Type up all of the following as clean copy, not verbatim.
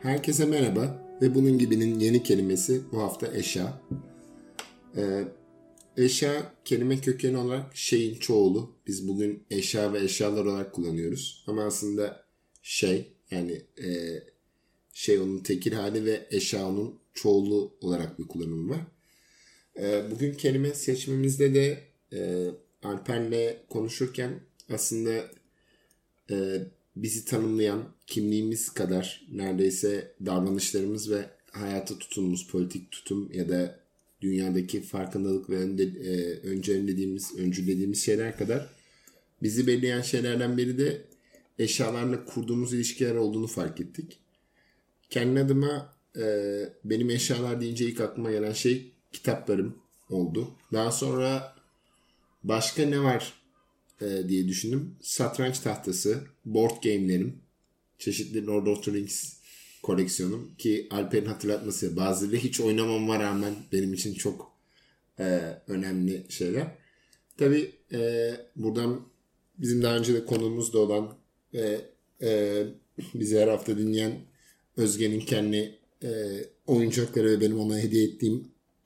Herkese merhaba ve bunun gibinin yeni kelimesi bu hafta eşya. Eşya kelime kökeni olarak şeyin çoğulu. Biz bugün eşya ve eşyalar olarak kullanıyoruz. Ama aslında şey yani şey onun tekil hali ve eşya onun çoğulu olarak bir kullanımı var. Bugün kelime seçmemizde de Alper'le konuşurken aslında bizi tanımlayan kimliğimiz kadar neredeyse davranışlarımız ve hayata tutumumuz, politik tutum ya da dünyadaki farkındalık ve öncülediğimiz şeyler kadar bizi belirleyen şeylerden biri de eşyalarla kurduğumuz ilişkiler olduğunu fark ettik. Kendi adıma benim eşyalar deyince ilk aklıma gelen şey kitaplarım oldu. Daha sonra başka ne var diye düşündüm. Satranç tahtası, board game'lerim, çeşitli Lord of the Rings koleksiyonum ki Alper'in hatırlatması bazıları hiç oynamama rağmen benim için çok önemli şeyler. Tabii buradan bizim daha önce de konuğumuz da olan bizi her hafta dinleyen Özge'nin kendi oyuncakları ve benim ona hediye ettiğim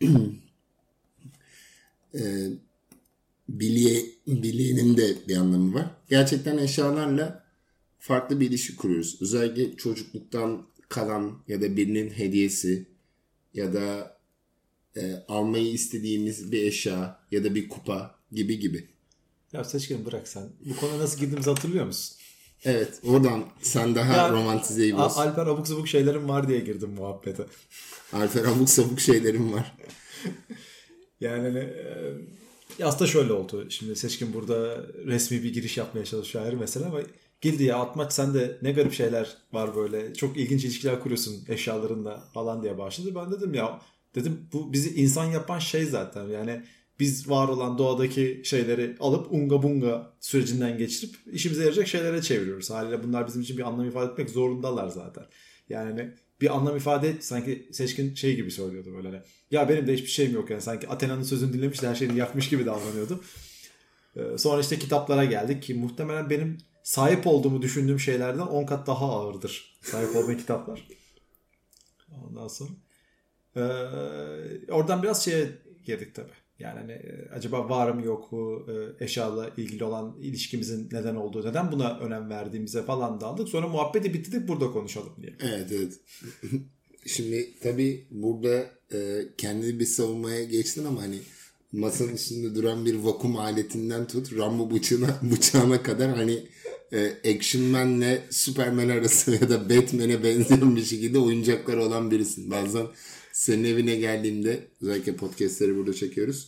bileğinin de bir anlamı var. Gerçekten eşyalarla farklı bir ilişki kuruyoruz. Özellikle çocukluktan kalan ya da birinin hediyesi ya da almayı istediğimiz bir eşya ya da bir kupa gibi. Ya Seçkin bırak sen. Bu konuya nasıl girdiğimizi hatırlıyor musun? Evet, oradan sen daha romantizeyi boz. Alper abuk sabuk şeylerim var diye girdim muhabbete. Alper abuk sabuk şeylerim var. Yani aslında şöyle oldu. Şimdi Seçkin burada resmi bir giriş yapmaya çalışıyor ayrı mesele ama Gildi ya Atmaç sen de ne garip şeyler var böyle. Çok ilginç ilişkiler kuruyorsun eşyalarınla falan diye başladı. Ben dedim bu bizi insan yapan şey zaten. Yani biz var olan doğadaki şeyleri alıp unga bunga sürecinden geçirip işimize yarayacak şeylere çeviriyoruz. Haliyle bunlar bizim için bir anlam ifade etmek zorundalar zaten. Yani bir anlam ifade et sanki Seçkin şey gibi söylüyordu böyle. Hani, ya benim de hiçbir şeyim yok yani sanki Athena'nın sözünü dinlemiş de her şeyini yakmış gibi davranıyordu. Sonra işte kitaplara geldik ki muhtemelen benim sahip olduğumu düşündüğüm şeylerden 10 kat daha ağırdır sahip olduğum kitaplar. Ondan sonra oradan biraz şeye girdik tabii. Yani hani, acaba var mı yok mu eşyayla ilgili olan ilişkimizin neden olduğu, neden buna önem verdiğimize falan daldık. Sonra muhabbeti bitirdik burada konuşalım diye. Evet. Şimdi tabii burada kendini bir savunmaya geçtin ama hani masanın üstünde duran bir vakum aletinden tut Rambo bıçağına kadar hani Action Man'le Superman arası ya da Batman'e benzeyen bir şekilde oyuncaklar olan birisin. Bazen senin evine geldiğimde özellikle podcastleri burada çekiyoruz.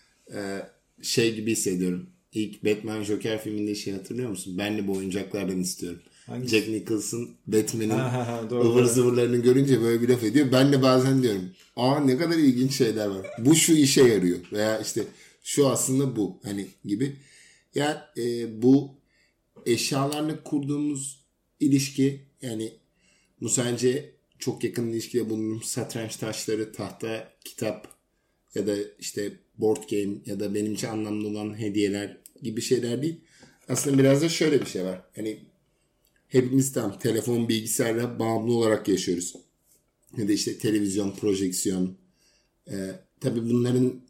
Şey gibi hissediyorum. İlk Batman Joker filminde şey hatırlıyor musun? Ben de bu oyuncaklardan istiyorum. Hangisi? Jack Nicholson Batman'in ıvır zıvırlarını görünce böyle bir laf ediyor. Ben de bazen diyorum ne kadar ilginç şeyler var. Bu şu işe yarıyor. Veya işte şu aslında bu hani gibi. Yani bu eşyalarla kurduğumuz ilişki yani bu sadece çok yakın ilişkide bulunduğum satranç taşları, tahta, kitap ya da işte board game ya da benim için anlamlı olan hediyeler gibi şeyler değil. Aslında biraz da şöyle bir şey var. Hani hepimiz telefon, bilgisayarla bağımlı olarak yaşıyoruz. Ya da işte televizyon, projeksiyon. Tabii bunların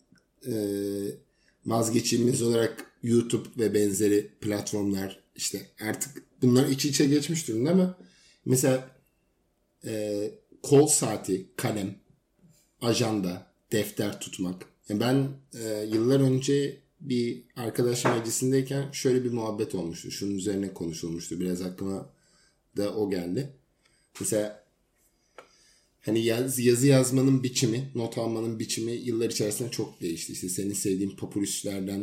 vazgeçilmez olarak YouTube ve benzeri platformlar işte artık bunlar iç içe geçmiş durumda ama mesela kol saati, kalem, ajanda, defter tutmak. Yani ben yıllar önce bir arkadaş meclisindeyken şöyle bir muhabbet olmuştu. Şunun üzerine konuşulmuştu. Biraz aklıma da o geldi. Mesela hani yazı yazmanın biçimi, not almanın biçimi yıllar içerisinde çok değişti. İşte senin sevdiğin papyruslardan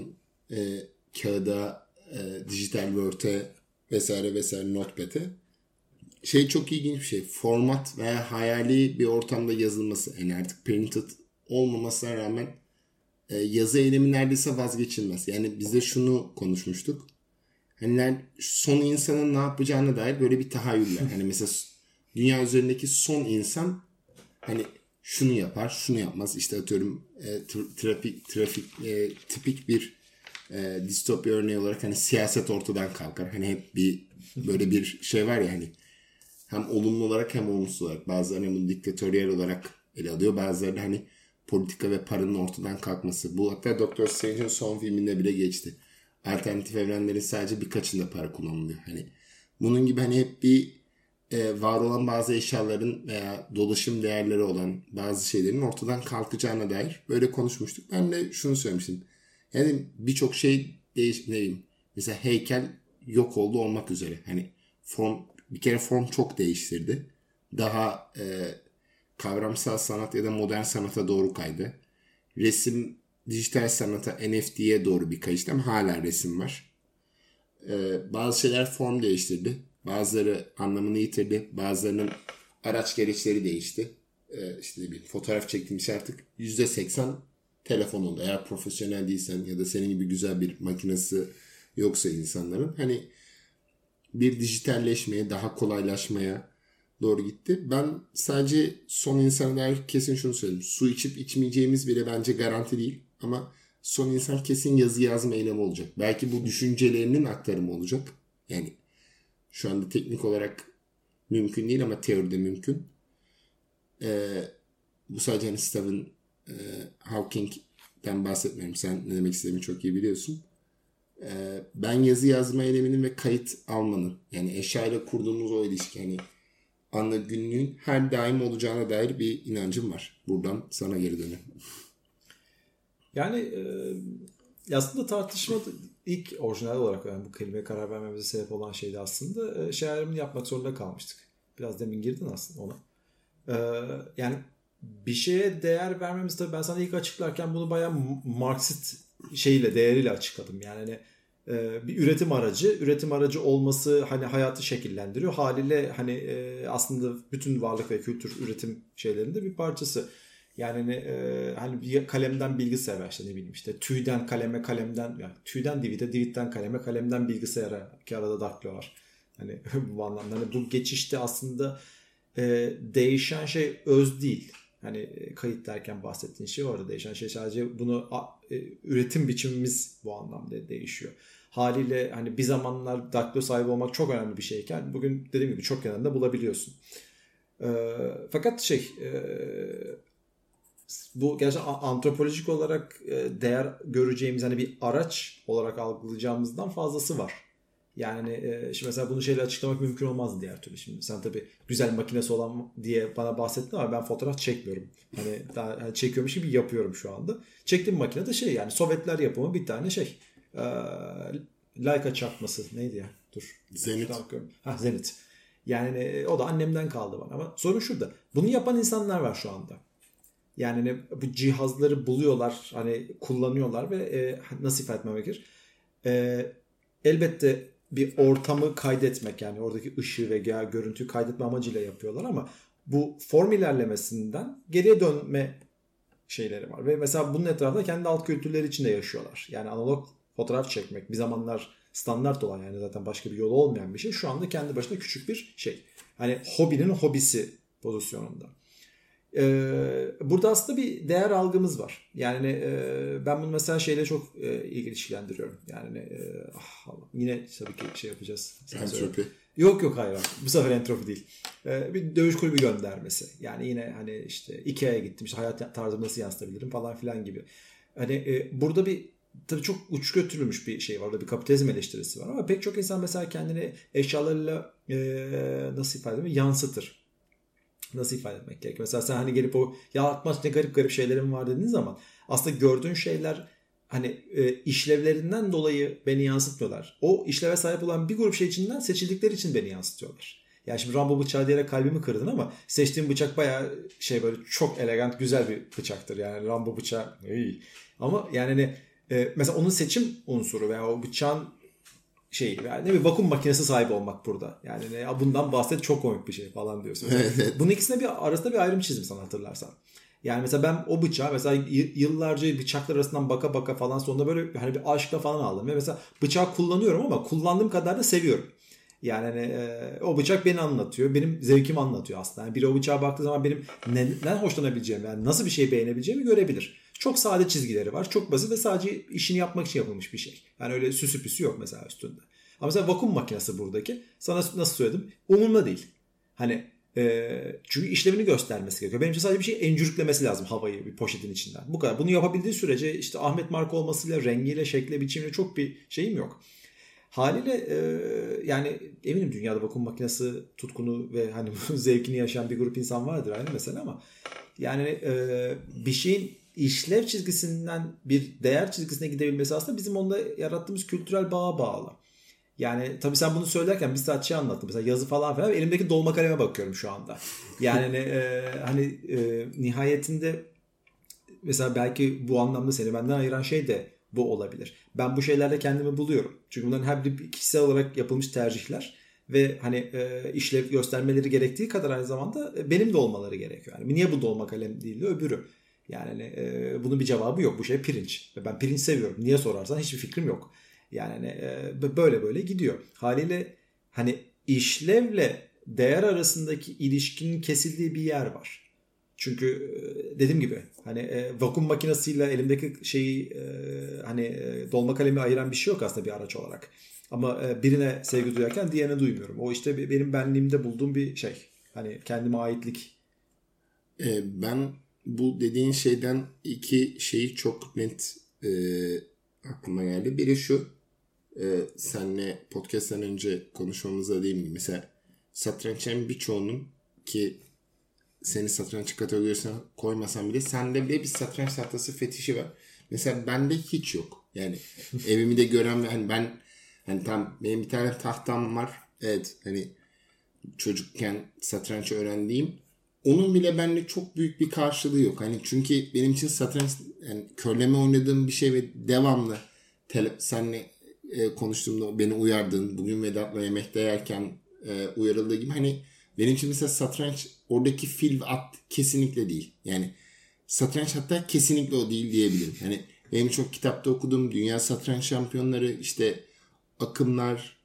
kağıda, dijital Word'e vesaire Notepad'e. Şey çok ilginç bir şey. Format veya hayali bir ortamda yazılması. Yani artık printed olmamasına rağmen yazı eylemi neredeyse vazgeçilmez. Yani biz de şunu konuşmuştuk. Hani son insanın ne yapacağına dair böyle bir tahayyüller. Hani mesela dünya üzerindeki son insan hani şunu yapar, şunu yapmaz. İşte atıyorum tipik bir distopya örneği olarak hani siyaset ortadan kalkar. Hani hep bir böyle bir şey var ya hani hem olumlu olarak hem olumsuz olarak. Bazıları bunu diktatöryel olarak ele alıyor. Bazıları da hani politika ve paranın ortadan kalkması. Bu hatta Doctor Strange'in son filminde bile geçti. Alternatif evrenlerin sadece birkaçında para kullanılıyor. Hani bunun gibi hani hep bir var olan bazı eşyaların veya dolaşım değerleri olan bazı şeylerin ortadan kalkacağına dair böyle konuşmuştuk. Ben de şunu söylemiştim. Yani birçok şey ne diyeyim. Mesela heykel yok oldu olmak üzere. Hani bir kere form çok değiştirdi. Daha kavramsal sanat ya da modern sanata doğru kaydı. Resim dijital sanata, NFT'ye doğru bir kayıştı ama hala resim var. Bazı şeyler form değiştirdi. Bazıları anlamını yitirdi. Bazılarının araç gereçleri değişti. İşte ne bileyim, fotoğraf çektiğim şey artık %80 telefon oldu. Eğer profesyonel değilsen ya da senin gibi güzel bir makinesi yoksa insanların hani bir dijitalleşmeye, daha kolaylaşmaya doğru gitti. Ben sadece son insana dair kesin şunu söyleyeyim. Su içip içmeyeceğimiz bile bence garanti değil. Ama son insan kesin yazı yazma eylemi olacak. Belki bu düşüncelerinin aktarımı olacak. Yani şu anda teknik olarak mümkün değil ama teoride mümkün. Bu sadece hani Stephen Hawking'den bahsetmiyorum. Sen ne demek istediğimi çok iyi biliyorsun. Ben yazı yazma eyleminin ve kayıt almanın, yani eşyayla kurduğumuz o ilişki, hani anla günlüğün her daim olacağına dair bir inancım var. Buradan sana geri dönüyorum. Yani aslında tartışma ilk orijinal olarak yani bu kelimeye karar vermemize sebep olan şeydi aslında. Şey ayrımını yapmak zorunda kalmıştık. Biraz demin girdin aslında ona. Yani bir şeye değer vermemiz, tabii ben sana ilk açıklarken bunu bayağı Marksist değeriyle açıkladım. Yani hani bir üretim aracı olması hani hayatı şekillendiriyor. Haliyle hani aslında bütün varlık ve kültür üretim şeylerinde bir parçası. Yani hani bir kalemden bilgisayara, işte ne bileyim, işte tüyden kaleme, kalemden yani tüyden divide, divitten kaleme, kalemden bilgisayara, ki arada daklıyorlar. Hani bu anlamda hani bu geçişte aslında değişen şey öz değil. Hani kayıt derken bahsettiğin şey orada değişen şey, sadece bunu üretim biçimimiz bu anlamda değişiyor. Haliyle hani bir zamanlar daktilo sahibi olmak çok önemli bir şeyken bugün dediğim gibi çok yanında bulabiliyorsun. Fakat bu gerçekten antropolojik olarak değer göreceğimiz hani bir araç olarak algılayacağımızdan fazlası var. Yani şimdi mesela bunu açıklamak mümkün olmazdı diğer türlü. Şimdi sen tabii güzel makinesi olan diye bana bahsettin ama ben fotoğraf çekmiyorum. Hani daha çekiyormuş gibi yapıyorum şu anda. Çektiğim makine de yani Sovyetler yapımı bir tane Leica çakması neydi ya? Dur. Zenit. Zenit. Yani o da annemden kaldı bana. Ama sorun şurada. Bunu yapan insanlar var şu anda. Yani bu cihazları buluyorlar, hani kullanıyorlar ve nasıl ifade etmem gerekir? Elbette bir ortamı kaydetmek, yani oradaki ışığı ve görüntüyü kaydetme amacıyla yapıyorlar ama bu form ilerlemesinden geriye dönme şeyleri var. Ve mesela bunun etrafında kendi alt kültürleri içinde yaşıyorlar. Yani analog fotoğraf çekmek bir zamanlar standart olan, yani zaten başka bir yolu olmayan bir şey. Şu anda kendi başına küçük bir şey. Hani hobinin hobisi pozisyonunda. Burada aslında bir değer algımız var. Yani ben bunu mesela çok ilişkilendiriyorum. Yani yine tabii ki yapacağız. Entropi. Yok hayır. Bu sefer entropi değil. Bir dövüş kulübü göndermesi. Yani yine hani işte Ikea'ya gittim. İşte hayat tarzımı nasıl yansıtabilirim falan filan gibi. Hani burada bir tabii çok uç götürülmüş bir şey var. Orada bir kapitalizm eleştirisi var ama pek çok insan mesela kendini eşyalarıyla nasıl ifade edeyim, yansıtır. Nasıl ifade etmek gerek? Mesela sen hani gelip ya Atmaç ne garip şeylerim var dediğin zaman aslında gördüğün şeyler hani işlevlerinden dolayı beni yansıtmıyorlar. O işleve sahip olan bir grup şey içinden seçildikleri için beni yansıtıyorlar. Yani şimdi Rambo bıçağı diyerek kalbimi kırdın ama seçtiğim bıçak bayağı böyle çok elegant, güzel bir bıçaktır. Yani Rambo bıçağı iyi. Ama yani mesela onun seçim unsuru veya o bıçağın yani bir vakum makinesi sahibi olmak burada. Yani bundan bahset, çok komik bir şey falan diyorsun. Bunun ikisine arasında bir ayrım çizdim sana, hatırlarsan. Yani mesela ben o bıçağı mesela yıllarca bıçaklar arasından baka falan sonunda böyle hani bir aşkla falan aldım. Ve mesela bıçağı kullanıyorum ama kullandığım kadar da seviyorum. Yani o bıçak beni anlatıyor. Benim zevkimi anlatıyor aslında. Yani biri o bıçağa baktığı zaman benim neden hoşlanabileceğimi, yani nasıl bir şey beğenebileceğimi görebilir. Çok sade çizgileri var. Çok basit ve sadece işini yapmak için yapılmış bir şey. Yani öyle süsü yok mesela üstünde. Ama mesela vakum makinesi buradaki. Sana nasıl söyledim? Umurumda değil. Hani çünkü işlevini göstermesi gerekiyor. Benim için sadece bir şey encürüklemesi lazım havayı bir poşetin içinden. Bu kadar. Bunu yapabildiği sürece işte Ahmet marka olmasıyla, rengiyle, şekle, biçimle çok bir şeyim yok. Haliyle yani eminim dünyada vakum makinesi tutkunu ve hani zevkini yaşayan bir grup insan vardır aynı mesela ama yani bir şeyin işlev çizgisinden bir değer çizgisine gidebilmesi aslında bizim onda yarattığımız kültürel bağa bağlı. Yani tabii sen bunu söylerken bir saat şey anlattım. Mesela yazı falan filan. Elimdeki dolma kaleme bakıyorum şu anda. Yani hani nihayetinde mesela belki bu anlamda seni benden ayıran şey de bu olabilir. Ben bu şeylerde kendimi buluyorum. Çünkü bunların her biri kişisel olarak yapılmış tercihler ve hani işlev göstermeleri gerektiği kadar aynı zamanda benim de olmaları gerekiyor. Yani niye bu dolma kalem değil de öbürü? Yani bunun bir cevabı yok. Bu şey pirinç. Ve ben pirinç seviyorum. Niye sorarsan hiçbir fikrim yok. Yani böyle böyle gidiyor. Haliyle hani işlevle değer arasındaki ilişkinin kesildiği bir yer var. Çünkü dediğim gibi hani vakum makinesiyle elimdeki şeyi hani dolma kalemi ayıran bir şey yok aslında bir araç olarak. Ama birine sevgi duyarken diğerine duymuyorum. O işte benim benliğimde bulduğum bir şey. Hani kendime aitlik. Ben bu dediğin şeyden iki şeyi çok net aklıma geldi. Biri şu, senle podcast'ten önce konuşmamızda dediğim gibi mesela satrançların birçoğunun ki seni satranç kategorisine koymasam bile sende bile bir satranç tahtası fetişi var. Mesela bende hiç yok. Yani evimi de gören ve hani ben hani tam benim bir tane tahtam var. Evet hani çocukken satranç öğrendiğim. Onun bile bende çok büyük bir karşılığı yok. Hani çünkü benim için satranç yani körleme oynadığım bir şey ve devamlı seninle konuştuğumda beni uyardın. Bugün Vedat'la yemekte yerken uyarıldığı gibi hani benim için mesela satranç oradaki fil ve at kesinlikle değil. Yani satranç hatta kesinlikle o değil diyebilirim. Yani benim çok kitapta okuduğum dünya satranç şampiyonları işte akımlar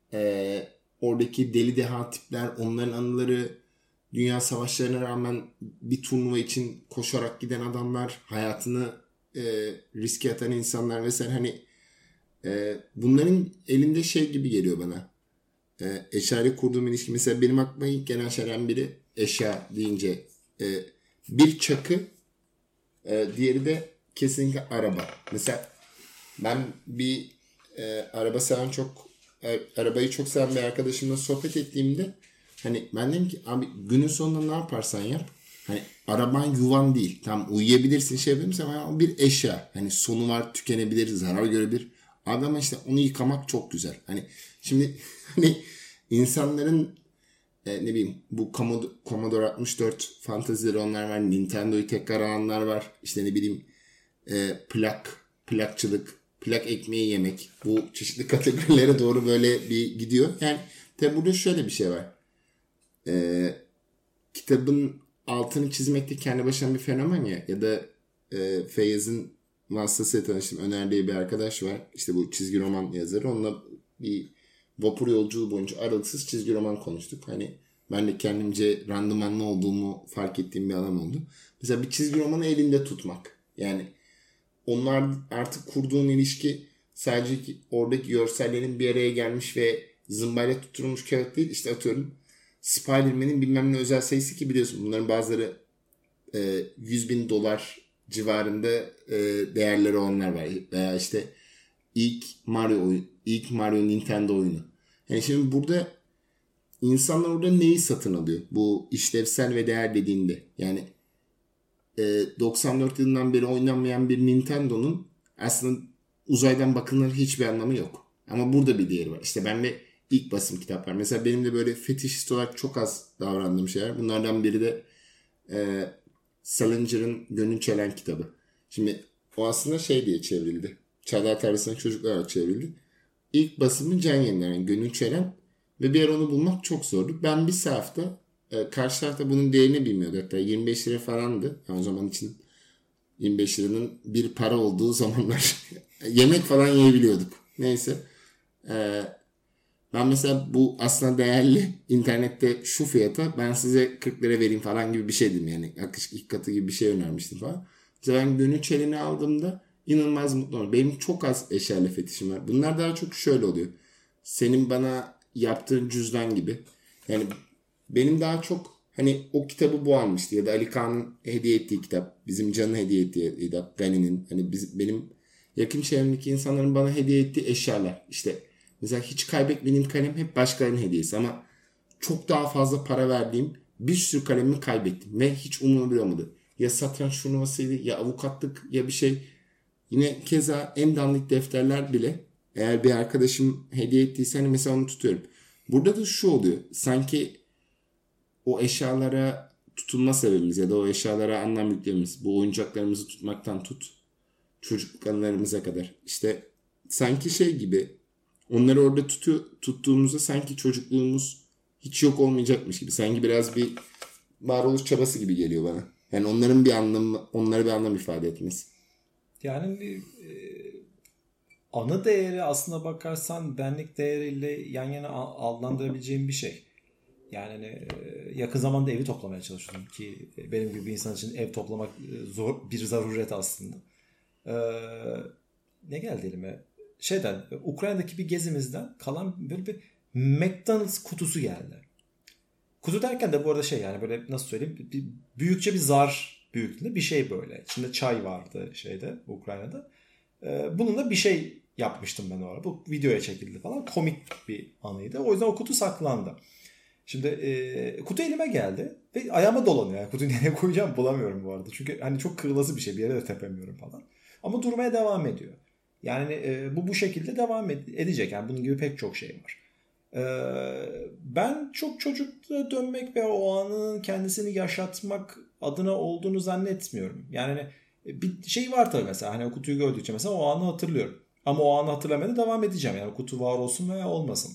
oradaki deli deha tipler onların anıları dünya savaşlarına rağmen bir turnuva için koşarak giden adamlar hayatını riske atan insanlar vesaire hani bunların elinde şey gibi geliyor bana. Eşyayla kurduğum ilişki mesela benim aklıma ilk gelen şeylerden biri eşya deyince bir çakı diğeri de kesinlikle araba. Mesela ben bir arabayı çok seven bir arkadaşımla sohbet ettiğimde hani ben dedim ki abi günün sonunda ne yaparsan yap hani araban yuvan değil. Tam uyuyabilirsin şey yapabilirsin ama bir eşya. Hani sonu var tükenebilir zarar görebilir. Abi ama işte onu yıkamak çok güzel. Hani şimdi hani insanların ne bileyim bu Commodore 64 fantazileri onlar var. Nintendo'yu tekrar alanlar var. İşte ne bileyim plakçılık, plak ekmeği yemek. Bu çeşitli kategorilere doğru böyle bir gidiyor. Yani tabi burada şöyle bir şey var. Kitabın altını çizmekte kendi başına bir fenomen ya. Ya da Feyyaz'ın vasıtasıyla tanıştım. Öner diye bir arkadaş var. İşte bu çizgi roman yazarı. Onunla bir vapur yolculuğu boyunca aralıksız çizgi roman konuştuk. Hani ben de kendimce randımanlı olduğumu fark ettiğim bir alan oldu. Mesela bir çizgi romanı elinde tutmak. Yani onlar artık kurduğun ilişki sadece oradaki görsellerin bir araya gelmiş ve zımbayla tutturulmuş kağıt değil. İşte atıyorum Spider-Man'in bilmem ne özel sayısı ki biliyorsun bunların bazıları $100,000 civarında değerleri olanlar var. Veya işte ilk Mario Nintendo oyunu. Yani şimdi burada insanlar orada neyi satın alıyor? Bu işlevsel ve değer dediğinde. Yani 94 yılından beri oynanmayan bir Nintendo'nun aslında uzaydan bakılır hiçbir anlamı yok. Ama burada bir değeri var. İşte bende ilk basım kitaplar. Mesela benim de böyle fetişist olarak çok az davrandığım şeyler. Bunlardan biri de Salinger'ın Gönül Çelen kitabı. Şimdi o aslında şey diye çevrildi. Çağlar Tarlası'nın çocuklar olarak çevrildi. İlk basımı Can Yayınları'nın yani Gönül Çelen ve bir ara onu bulmak çok zordu. Ben bir hafta karşı tarafta bunun değerini bilmiyordu. Hatta 25 lira falandı. Yani o zaman için 25 liranın bir para olduğu zamanlar yemek falan yiyebiliyorduk. Neyse. Ben mesela bu aslında değerli internette şu fiyata ben size 40 lira vereyim falan gibi bir şeydim yani. Yaklaşık ilk katı gibi bir şey önermiştim falan. Mesela ben Gönül Çelen'i aldığımda inanılmaz mutlu oldum. Benim çok az eşyayla fetişim var. Bunlar daha çok şöyle oluyor. Senin bana yaptığın cüzdan gibi. Yani benim daha çok hani o kitabı bu almıştı ya da Ali Kağan'ın hediye ettiği kitap, bizim Can'ın hediye ettiği kitap, Gani'nin, hani benim yakın çevremdeki insanların bana hediye ettiği eşyalar. İşte mesela hiç kaybetmediğim kalem hep başkalarının hediyesi ama çok daha fazla para verdiğim bir sürü kalemimi kaybettim ve hiç umurumda bile olmadı. Ya satranç turnuvasıydı ya avukatlık ya bir şey. Yine keza en dandik defterler bile eğer bir arkadaşım hediye ettiyse hani mesela onu tutuyorum. Burada da şu oluyor. Sanki o eşyalara tutunma sebebimiz ya da o eşyalara anlam yüklememiz, bu oyuncaklarımızı tutmaktan tut çocukluk anılarımıza kadar. İşte sanki şey gibi onları orada tuttuğumuzda sanki çocukluğumuz hiç yok olmayacakmış gibi. Sanki biraz bir varoluş çabası gibi geliyor bana. Yani onların bir anlamı, onlara bir anlam ifade etmesi. Yani bir anı değeri aslına bakarsan benlik değeriyle yan yana adlandırabileceğim bir şey. Yani hani yakın zamanda evi toplamaya çalışıyordum ki benim gibi bir insan için ev toplamak zor bir zaruret aslında. Ne geldi elime? Ukrayna'daki bir gezimizden kalan böyle bir McDonald's kutusu geldi. Kutu derken de bu arada yani böyle nasıl söyleyeyim, büyükçe bir zar büyüklüğünde bir şey böyle. İçinde çay vardı Ukrayna'da. Bununla bir şey yapmıştım ben o ara. Bu videoya çekildi falan. Komik bir anıydı. O yüzden o kutu saklandı. Şimdi kutu elime geldi ve ayağıma dolanıyor. Yani kutuyu nereye koyacağım bulamıyorum bu arada. Çünkü hani çok kırılası bir şey. Bir yere de tepemiyorum falan. Ama durmaya devam ediyor. Yani bu şekilde devam edecek. Yani bunun gibi pek çok şey var. Ben çok çocukluğa dönmek ve o anın kendisini yaşatmak adına olduğunu zannetmiyorum. Yani bir şey var tabii mesela. Hani o kutuyu gördükçe mesela o anı hatırlıyorum. Ama o anı hatırlamaya devam edeceğim. Yani o kutu var olsun veya olmasın.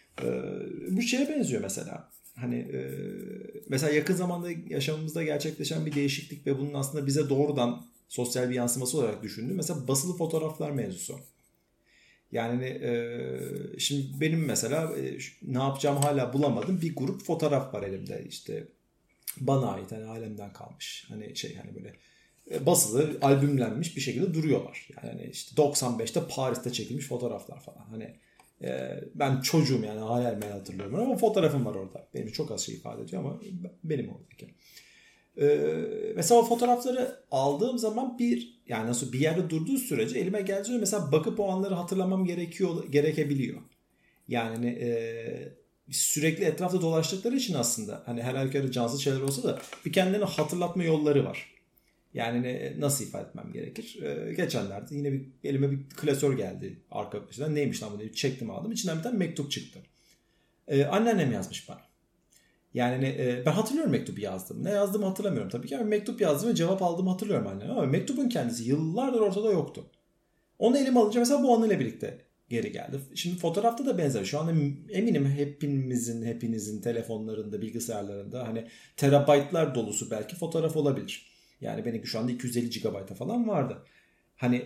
Bu şeye benziyor mesela. Hani mesela yakın zamanda yaşamımızda gerçekleşen bir değişiklik ve bunun aslında bize doğrudan sosyal bir yansıması olarak düşündüğüm mesela basılı fotoğraflar mevzusu. Yani şimdi benim mesela ne yapacağımı hala bulamadım. Bir grup fotoğraf var elimde. İşte bana ait hani alemden kalmış. Hani hani böyle basılı, albümlenmiş bir şekilde duruyorlar. Yani işte 95'te Paris'te çekilmiş fotoğraflar falan. Hani ben çocuğum yani hayal hatırlıyorum ama fotoğrafım var orada. Benim çok az şey ifade ediyor ama benim oradaki. Mesela o fotoğrafları aldığım zaman yani nasıl bir yerde durduğu sürece elime geldiğinde mesela bakıp o anları hatırlamam gerekebiliyor. Yani sürekli etrafta dolaştıkları için aslında hani her halükarda cansız şeyler olsa da bir kendilerini hatırlatma yolları var. Yani nasıl ifade etmem gerekir? Geçenlerde yine elime bir klasör geldi arkadaşlar. Neymiş lan bu diye çektim aldım. İçinden bir tane mektup çıktı. Anneannem yazmış bana. Yani ben hatırlıyorum mektubu yazdım. Ne yazdığımı hatırlamıyorum tabii ki ama mektup yazdım ve cevap aldığımı hatırlıyorum annem. Ama mektubun kendisi yıllardır ortada yoktu. Onu elime alınca mesela bu anıyla birlikte geri geldi. Şimdi fotoğrafta da benzer. Şu anda eminim hepinizin telefonlarında, bilgisayarlarında hani terabaytlar dolusu belki fotoğraf olabilir. Yani benimki şu anda 250 GB'a falan vardı. Hani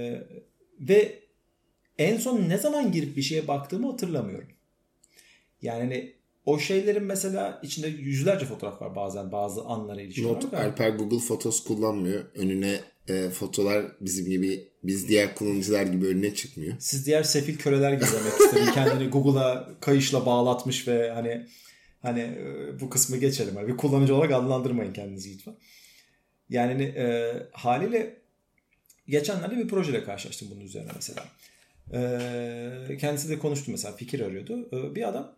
ve en son ne zaman girip bir şeye baktığımı hatırlamıyorum. Yani hani o şeylerin mesela içinde yüzlerce fotoğraf var bazen bazı anlara ilişkin olarak. Alper Google Photos kullanmıyor. Önüne fotolar bizim gibi, biz diğer kullanıcılar gibi önüne çıkmıyor. Siz diğer sefil köleler gibi demek istedim. Kendini Google'a kayışla bağlatmış ve hani bu kısmı geçelim. Yani bir kullanıcı olarak adlandırmayın kendinizi lütfen. Yani haliyle geçenlerde bir projeyle karşılaştım bunun üzerine mesela. Kendisi de konuştu mesela, fikir arıyordu. Bir adam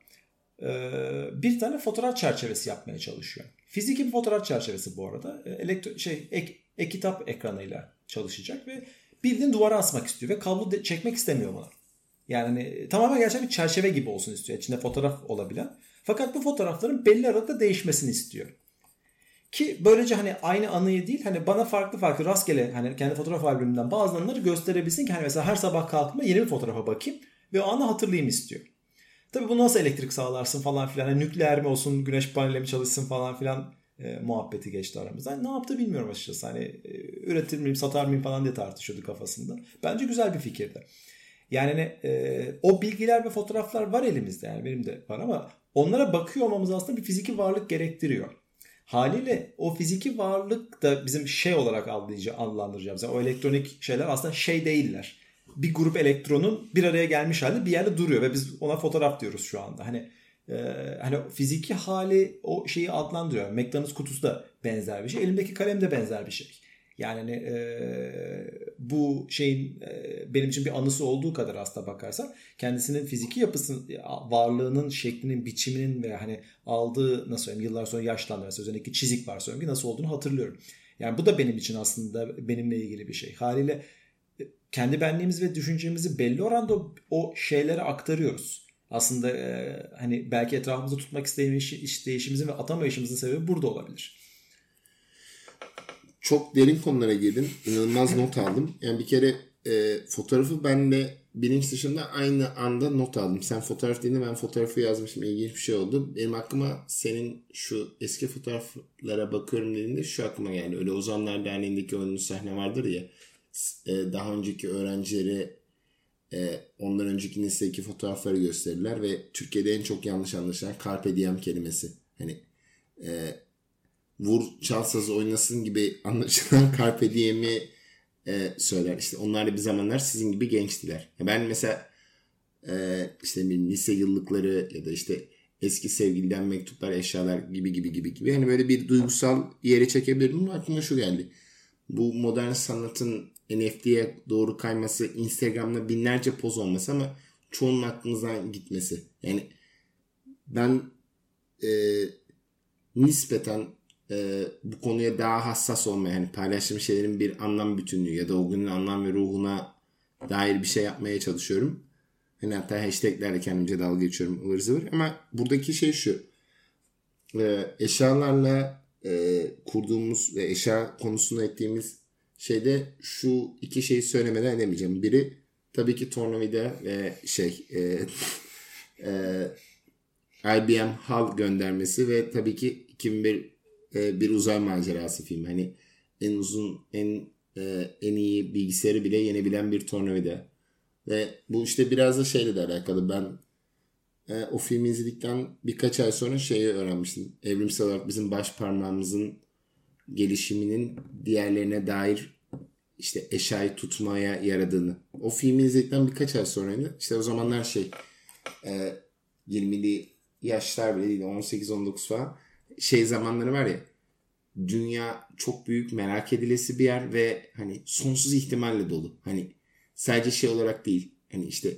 bir tane fotoğraf çerçevesi yapmaya çalışıyor. Fiziki bir fotoğraf çerçevesi bu arada. E-kitap ekranıyla çalışacak ve bildiğin duvara asmak istiyor ve kablo çekmek istemiyor buna. Yani tamamen gerçekten bir çerçeve gibi olsun istiyor. İçinde fotoğraf olabilen. Fakat bu fotoğrafların belli aralıkta değişmesini istiyor. Ki böylece hani aynı anıyı değil hani bana farklı rastgele hani kendi fotoğraf albümünden bazı anıları gösterebilsin ki hani mesela her sabah kalktığımda yeni bir fotoğrafa bakayım ve o anı hatırlayayım istiyor. Tabii bunu nasıl elektrik sağlarsın falan filan. Hani nükleer mi olsun, güneş paneli mi çalışsın falan filan muhabbeti geçti aramızda. Hani ne yaptı bilmiyorum açıkçası. Hani üretir miyim, satar mıyım falan diye tartışıyordu kafasında. Bence güzel bir fikirdi. Yani o bilgiler ve fotoğraflar var elimizde. Yani benim de var ama onlara bakıyor olmamız aslında bir fiziki varlık gerektiriyor. Haliyle o fiziki varlık da bizim şey olarak adlandıracağımız. Yani o elektronik şeyler aslında şey değiller. Bir grup elektronun bir araya gelmiş halde bir yerde duruyor ve biz ona fotoğraf diyoruz şu anda. Hani hani fiziki hali o şeyi adlandırıyor. McDonald's kutusu da benzer bir şey. Elimdeki kalem de benzer bir şey. Yani hani, bu şeyin benim için bir anısı olduğu kadar aslına bakarsan kendisinin fiziki yapısının, varlığının, şeklinin, biçiminin ve hani aldığı, nasıl söyleyeyim, yıllar sonra yaşlandı mesela, üzerindeki çizik var söyleyeyim ki nasıl olduğunu hatırlıyorum. Yani bu da benim için aslında benimle ilgili bir şey. Haliyle kendi benliğimiz ve düşüncemizi belli oranda o şeylere aktarıyoruz. Aslında hani belki etrafımızda tutmak isteyişimizin ve atamayışımızın sebebi burada olabilir. Çok derin konulara girdin. İnanılmaz not aldım. Yani bir kere fotoğrafı ben de bilinç dışında aynı anda not aldım. Sen fotoğraf deyince ben fotoğrafı yazmışım. İlginç bir şey oldu. Benim aklıma senin şu eski fotoğraflara bakıyorum dediğinde şu aklıma geldi. Öyle Ozanlar Derneği'ndeki o ünlü sahne vardır ya. Daha önceki öğrencileri ondan önceki nesilde fotoğrafları gösterirler ve Türkiye'de en çok yanlış anlaşılan Carpe Diem kelimesi. Hani vur çal sazı oynasın gibi anlaşılan Carpe Diem'i söyler. İşte onlar da bir zamanlar sizin gibi gençtiler. Ben mesela işte bir lise yıllıkları ya da işte eski sevgiliden mektuplar, eşyalar gibi hani böyle bir duygusal yere çekebilirdim ama aklıma şu geldi. Bu modern sanatın NFT'ye doğru kayması, Instagram'da binlerce poz olması ama çoğunun aklımızdan gitmesi. Yani ben nispeten bu konuya daha hassas olmaya, hani paylaştığım şeylerin bir anlam bütünlüğü ya da o günün anlam ve ruhuna dair bir şey yapmaya çalışıyorum. Hani hatta hashtaglerle kendimce dalga geçiyorum ıvır zıvır. Ama buradaki şey şu. Eşyalarla kurduğumuz ve eşya konusuna ettiğimiz şeyde şu iki şeyi söylemeden edemeyeceğim. Biri tabii ki tornavida ve IBM HAL göndermesi ve tabii ki 2001 bir uzay macerası filmi. Hani en uzun, en iyi bilgisayarı bile yenebilen bir tornavida. Ve bu işte biraz da şeyle de alakalı. Ben o filmi izledikten birkaç ay sonra şeyi öğrenmiştim. Evrimsel olarak bizim baş parmağımızın gelişiminin diğerlerine dair işte eşyayı tutmaya yaradığını. O filmi izledikten birkaç ay sonraydı. İşte o zamanlar 20'li yaşlar bile değil, 18-19 falan zamanları var ya, dünya çok büyük, merak edilesi bir yer ve hani sonsuz ihtimalle dolu. Hani sadece olarak değil. Hani işte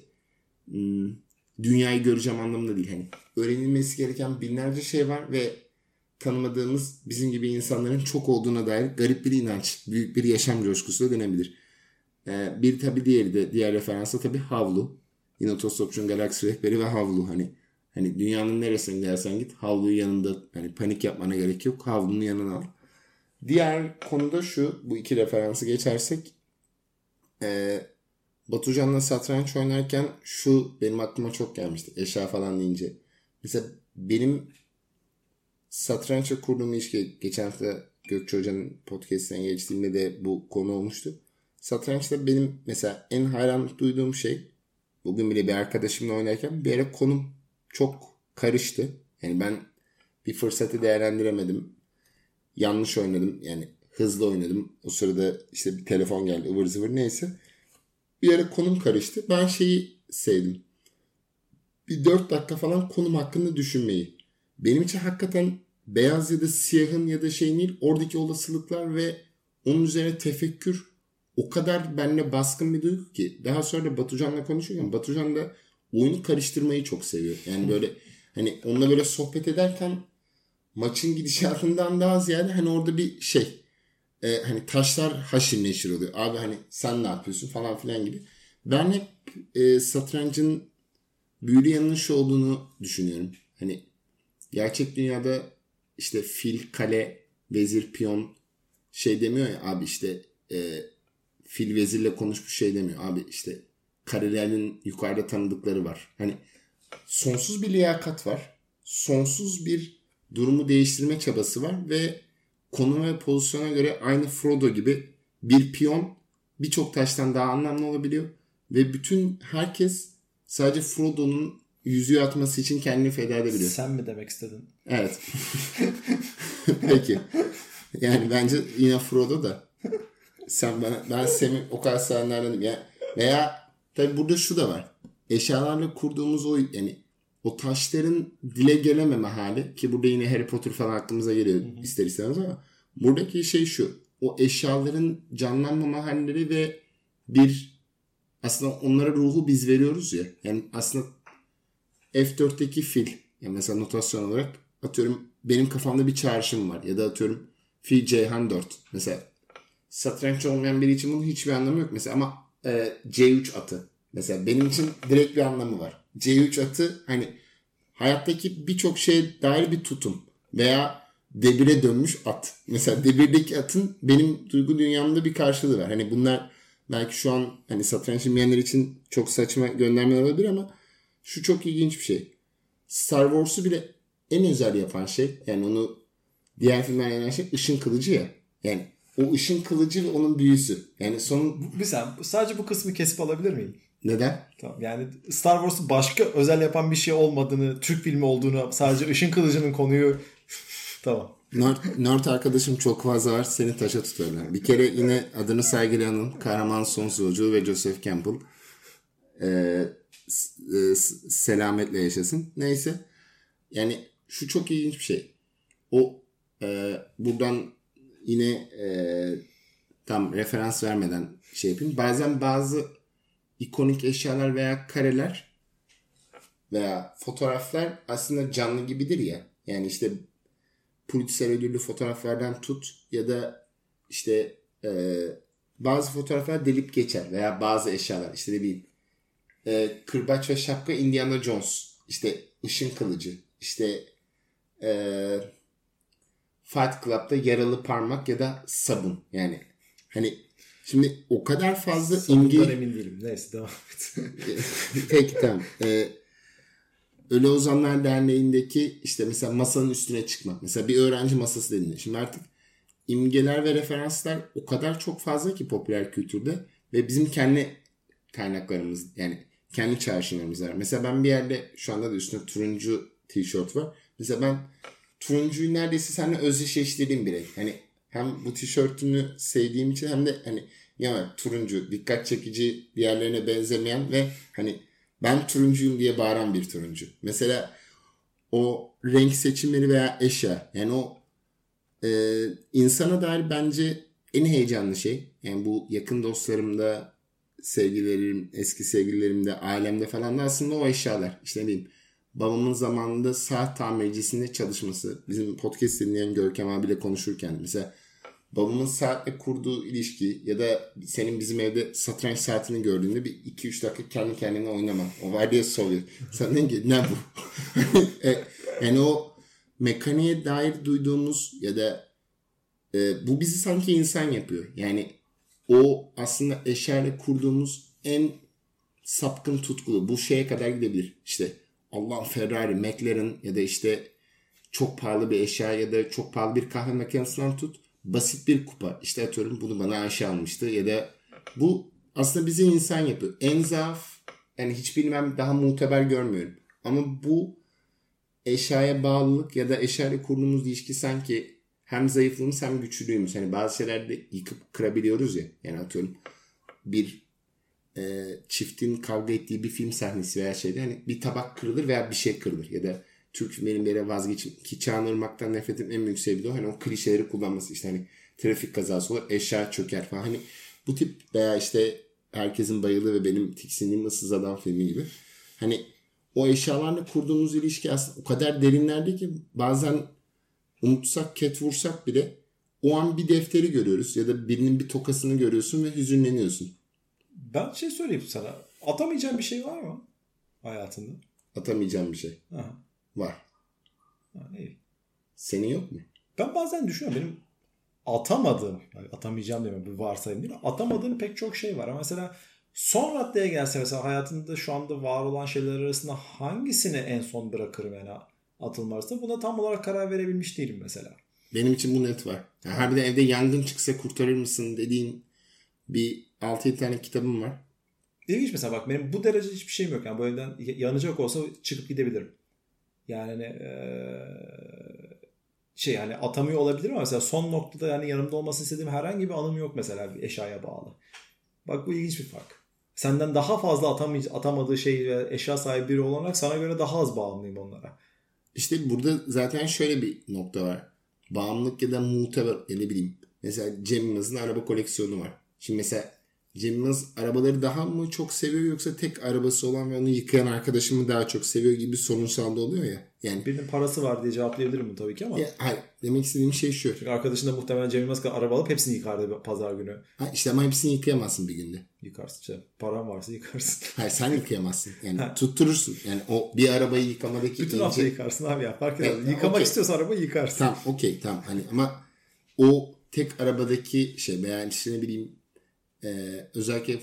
dünyayı göreceğim anlamında değil. Hani öğrenilmesi gereken binlerce şey var ve tanımadığımız bizim gibi insanların çok olduğuna dair garip bir inanç, büyük bir yaşam coşkusu da denebilir. Bir tabii diğer referansa tabii havlu. Yine Otostopçu'nun Galaksi Rehberi ve havlu. Hani dünyanın neresine gidersen git, havluyu yanında, hani panik yapmana gerek yok. Havlunun yanına al. Diğer konuda şu, bu iki referansı geçersek Batucan'la satranç oynarken şu benim aklıma çok gelmişti. Eşya falan deyince. Mesela benim satrançla kurduğum ilişki, geçen hafta Gökçe Hoca'nın podcast'ine geçtiğimde de bu konu olmuştu. Satrançta benim mesela en hayran duyduğum şey, bugün bile bir arkadaşımla oynarken bir ara konum çok karıştı. Yani ben bir fırsatı değerlendiremedim. Yanlış oynadım. Yani hızlı oynadım. O sırada işte bir telefon geldi, ıvır zıvır neyse. Bir ara konum karıştı. Ben şeyi sevdim. Bir 4 dakika falan konum hakkında düşünmeyi. Benim için hakikaten beyaz ya da siyahın ya da değil, oradaki olasılıklar ve onun üzerine tefekkür o kadar benimle baskın bir duygu ki. Daha sonra da Batucan'la konuşurken Batucan da oyunu karıştırmayı çok seviyor. Yani böyle hani onunla böyle sohbet ederken maçın gidişatından daha ziyade hani orada bir hani taşlar haşir neşir oluyor. Abi hani sen ne yapıyorsun falan filan gibi. Ben hep satrancın büyülü yanının şu olduğunu düşünüyorum. Hani gerçek dünyada işte fil, kale, vezir, piyon demiyor ya abi, işte fil vezirle konuşmuş demiyor. Abi işte karelerin yukarıda tanıdıkları var. Hani sonsuz bir liyakat var. Sonsuz bir durumu değiştirme çabası var ve konum ve pozisyona göre aynı Frodo gibi bir piyon birçok taştan daha anlamlı olabiliyor. Ve bütün herkes sadece Frodo'nun yüzüğü atması için kendini feda edebiliyor. Sen mi demek istedin? Evet. Peki. Yani bence yine Frodo da. Ben Sam'i o kadar sevenlerdenim. Yani veya tabii burada şu da var. Eşyalarla kurduğumuz o yani o taşların dile gelememe hali, ki burada yine Harry Potter falan aklımıza geliyor ister istemez, ama buradaki şey şu: o eşyaların canlanmama halleri ve bir aslında onlara ruhu biz veriyoruz ya. Yani aslında F4'teki fil, yani mesela notasyon olarak atıyorum benim kafamda bir çağrışım var ya da atıyorum fil Ceyhan 4. Mesela satranç olmayan biri için bunun hiçbir anlamı yok mesela, ama C3 atı mesela benim için direkt bir anlamı var. C3 atı hani hayattaki birçok şeye dair bir tutum veya debire dönmüş at. Mesela debirdeki atın benim duygu dünyamda bir karşılığı var. Hani bunlar belki şu an hani satranç bilmeyenler için çok saçma göndermeler olabilir ama şu çok ilginç bir şey. Star Wars'u bile en özel yapan şey, yani onu diğer filmlerden ayıran şey ışın kılıcı ya. Yani o ışın kılıcı ve onun büyüsü. Yani sadece bu kısmı kesip alabilir miyim? Neden? Tamam, yani Star Wars'u başka özel yapan bir şey olmadığını, Türk filmi olduğunu, sadece ışın kılıcının konuyu tamam. Nerd arkadaşım çok fazla var. Seni taşa tutuyorlar. Bir kere yine adını saygılayanın kahraman sonsuz yolculuğu ve Joseph Campbell selametle yaşasın. Neyse. Yani şu çok ilginç bir şey. O buradan yine tam referans vermeden şey yapayım. Bazen bazı ikonik eşyalar veya kareler veya fotoğraflar aslında canlı gibidir ya. Yani işte Pulitzer ödüllü fotoğraflardan tut ya da işte bazı fotoğraflar delip geçer veya bazı eşyalar işte ne bileyim kırbaç ve şapka Indiana Jones, işte ışın kılıcı, işte Fight Club'da yaralı parmak ya da sabun. Yani hani şimdi o kadar fazla Bundan emin değilim. Neyse devam et. Peki tamam. Ölü Ozanlar Derneği'ndeki işte mesela masanın üstüne çıkmak. Mesela bir öğrenci masası deniliyor. Şimdi artık imgeler ve referanslar o kadar çok fazla ki popüler kültürde ve bizim kendi kaynaklarımız, yani kendi çağrışımlarımız var. Mesela ben bir yerde şu anda da üstünde turuncu tişört var. Mesela ben turuncuyu neredeyse seninle özdeşleştirdiğim bir renk. Hani hem bu tişörtünü sevdiğim için hem de hani ya turuncu, dikkat çekici, diğerlerine benzemeyen ve hani ben turuncuyum diye bağıran bir turuncu. Mesela o renk seçimleri veya eşya, yani o insana dair bence en heyecanlı şey. Yani bu yakın dostlarımda, sevgililerim, eski sevgililerimde, ailemde falan da aslında o eşyalar. İşte ne diyeyim, babamın zamanında saat tamircisinde çalışması, bizim podcast dinleyen Görkem abiyle konuşurken mesela babamın saatle kurduğu ilişki ya da senin bizim evde satranç saatini gördüğünde bir 2-3 dakika kendi kendine oynama. O var diye soruyor. Sen ne ki ne bu? Yani o mekaniğe dair duyduğumuz ya da bu bizi sanki insan yapıyor. Yani o aslında eşyayla kurduğumuz en sapkın tutkulu. Bu şeye kadar gidebilir. İşte Allah, Ferrari, McLaren ya da işte çok pahalı bir eşya ya da çok pahalı bir kahve makinesinden tut. Basit bir kupa. İşte atıyorum bunu bana Ayşe almıştı ya da bu aslında bizi insan yapıyor. En zaaf, yani hiçbirini ben daha muteber görmüyorum. Ama bu eşyaya bağlılık ya da eşyayla kurduğumuz ilişki sanki hem zayıflığımız hem güçlülüğümüz. Hani bazı şeylerde yıkıp kırabiliyoruz ya. Yani atıyorum bir çiftin kavga ettiği bir film sahnesi veya şeyde hani bir tabak kırılır veya bir şey kırılır ya da Türk filmlerinin bir yere vazgeçim ki Çağan Irmak'tan nefret ettiğim en büyük sebebi de o. Hani o klişeleri kullanması, işte hani trafik kazası olur, eşya çöker falan. Hani bu tip veya işte herkesin bayıldığı ve benim tiksindiğim Issız Adam filmi gibi. Hani o eşyalarla kurduğumuz ilişki aslında o kadar derinlerde ki bazen unutsak, ket vursak bile o an bir defteri görüyoruz ya da birinin bir tokasını görüyorsun ve hüzünleniyorsun. Ben şey söyleyeyim sana. Atamayacağın bir şey var mı hayatında? Atamayacağım bir şey. Aha. Var. Ha, iyi. Senin yok mu? Ben bazen düşünüyorum, benim atamadığım, yani atamayacağım demiyorum, bir varsayım değil, atamadığım pek çok şey var. Ama mesela son raddeye gelse, mesela hayatında şu anda var olan şeyler arasında hangisini en son bırakırım yani atılma arasında, buna tam olarak karar verebilmiş değilim mesela. Benim için bu net var. Yani her bir de evde yangın çıksa kurtarır mısın dediğin bir 6-7 tane kitabım var. İlginç mesela, bak benim bu derece hiçbir şeyim yok. Yani bu evden yanacak olsa çıkıp gidebilirim. Yani hani şey, hani atamıyor olabilir ama mesela son noktada yani yanımda olmasını istediğim herhangi bir anım yok mesela bir eşyaya bağlı. Bak bu ilginç bir fark. senden daha fazla atamadığı şey ve eşya sahibi biri olarak sana göre daha az bağımlıyım onlara. İşte burada zaten şöyle bir nokta var. Bağımlılık ya da muteber ya ne bileyim. Mesela Cem Yılmaz'ın araba koleksiyonu var. Şimdi mesela Cem Yılmaz arabaları daha mı çok seviyor yoksa tek arabası olan ve onu yıkayan arkadaşımı daha çok seviyor gibi sorunsal da oluyor ya. Yani Birinin parası var diye cevaplayabilirim bu tabii ki ama. hayır, demek istediğim şey şu. Çünkü arkadaşın da muhtemelen Cem Yılmaz kadar araba alıp hepsini yıkardı pazar günü. İşte ama hepsini yıkayamazsın bir günde. Yıkarsın işte. Paran varsa yıkarsın. Hayır, sen yıkayamazsın. Yani tutturursun. Yani o bir arabayı yıkamadaki bütün hafta yıkarsın abi ya. Fark etmez. Yıkamak okay. istiyorsan arabayı yıkarsın. Tamam, okey, tamam. Hani ama o tek arabadaki şey veya işte ne bileyim özellikle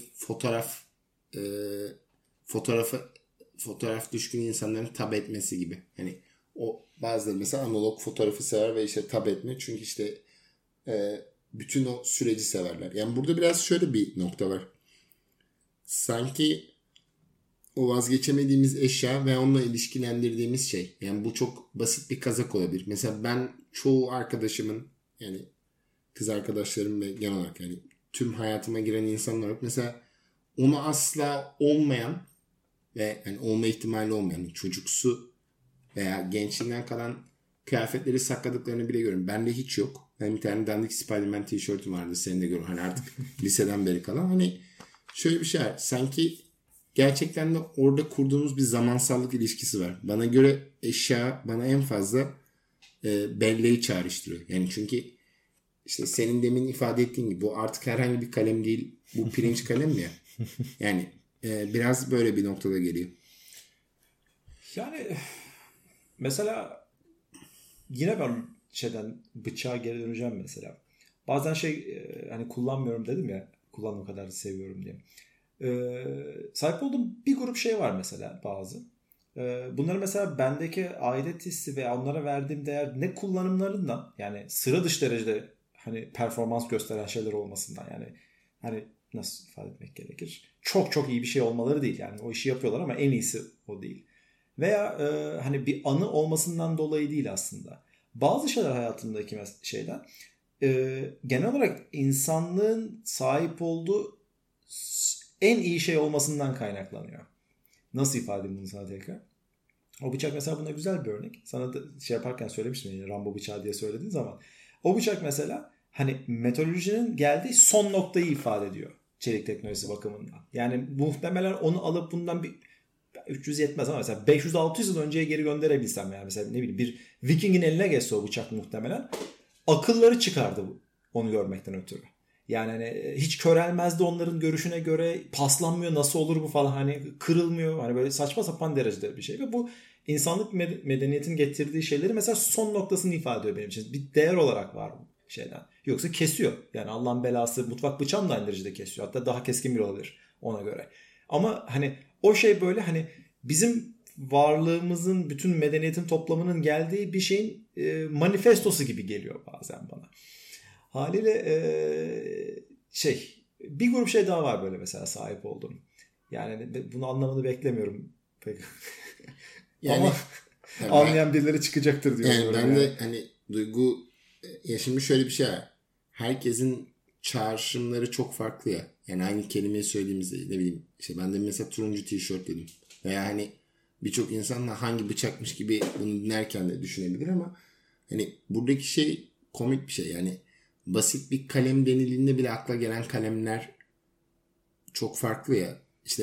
fotoğraf düşkün insanların tab etmesi gibi. Hani o bazıları mesela analog fotoğrafı sever ve işte tab etme çünkü işte bütün o süreci severler. Yani burada biraz şöyle bir nokta var. Sanki o vazgeçemediğimiz eşya ve onunla ilişkilendirdiğimiz şey. Yani bu çok basit bir kazak olabilir. Mesela ben çoğu arkadaşımın yani kız arkadaşlarım ve genel olarak yani tüm hayatıma giren insanlar olarak mesela onu asla olmayan ve yani olma ihtimali olmayan çocuksu veya gençliğinden kalan kıyafetleri sakladıklarını bile görüyorum. Bende hiç yok. Ben bir tane dandik Spider-Man tişörtüm vardı. Senin de görüyorum. Hani artık liseden beri kalan. Hani şöyle bir şey var. Sanki gerçekten de orada kurduğumuz bir zamansallık ilişkisi var. Bana göre eşya bana en fazla belleği çağrıştırıyor. Yani çünkü işte senin demin ifade ettiğin gibi bu artık herhangi bir kalem değil. Bu pirinç kalem ya. Yani biraz böyle bir noktada geliyor. Yani mesela yine ben bıçağa geri döneceğim mesela. Bazen hani kullanmıyorum dedim ya. Kullandığım kadar seviyorum diye. Sahip olduğum bir grup şey var mesela bazı. Bunları mesela bendeki aidiyet hissi ve onlara verdiğim değer ne kullanımlarından yani sıra dışı derecede hani performans gösteren şeyler olmasından yani hani nasıl ifade etmek gerekir? Çok çok iyi bir şey olmaları değil yani o işi yapıyorlar ama en iyisi o değil. Veya hani bir anı olmasından dolayı değil aslında. Bazı şeyler hayatımdaki şeyden genel olarak insanlığın sahip olduğu en iyi şey olmasından kaynaklanıyor. Nasıl ifade edeyim bunu sana tekrar? O bıçak mesela buna güzel bir örnek. Sana da şey yaparken söylemiştim yani Rambo bıçağı diye söylediğin zaman. O bıçak mesela hani metalolojinin geldiği son noktayı ifade ediyor. Çelik teknolojisi bakımından. Yani muhtemelen onu alıp bundan bir 300 yetmez ama mesela 500-600 yıl önceye geri gönderebilsem yani mesela ne bileyim bir Viking'in eline geçse o bıçak muhtemelen akılları çıkardı onu görmekten ötürü. Yani hani hiç körelmezdi onların görüşüne göre paslanmıyor nasıl olur bu falan hani kırılmıyor hani böyle saçma sapan derecede bir şey ve bu insanlık medeniyetin getirdiği şeyleri mesela son noktasını ifade ediyor benim için. Bir değer olarak var bu şeyden. Yoksa kesiyor. Yani Allah'ın belası mutfak bıçağım da aynı derecede kesiyor. Hatta daha keskin bir olabilir ona göre. Ama hani o şey böyle hani bizim varlığımızın bütün medeniyetin toplamının geldiği bir şeyin manifestosu gibi geliyor bazen bana. Haliyle bir grup şey daha var böyle mesela sahip olduğum. Yani bunu anlamanı beklemiyorum pek. Yani, ama anlayan birileri çıkacaktır diyorum. Yani ben de hani duygu ya şimdi şöyle bir şey var. Herkesin çağrışımları çok farklı ya. Yani aynı kelimeyi söylediğimizde ne bileyim işte ben de mesela turuncu tişört dedim. Veya hani birçok insanla hangi bıçakmış gibi bunu dinlerken de düşünebilir ama hani buradaki şey komik bir şey. Yani basit bir kalem denildiğinde bile akla gelen kalemler çok farklı ya. İşte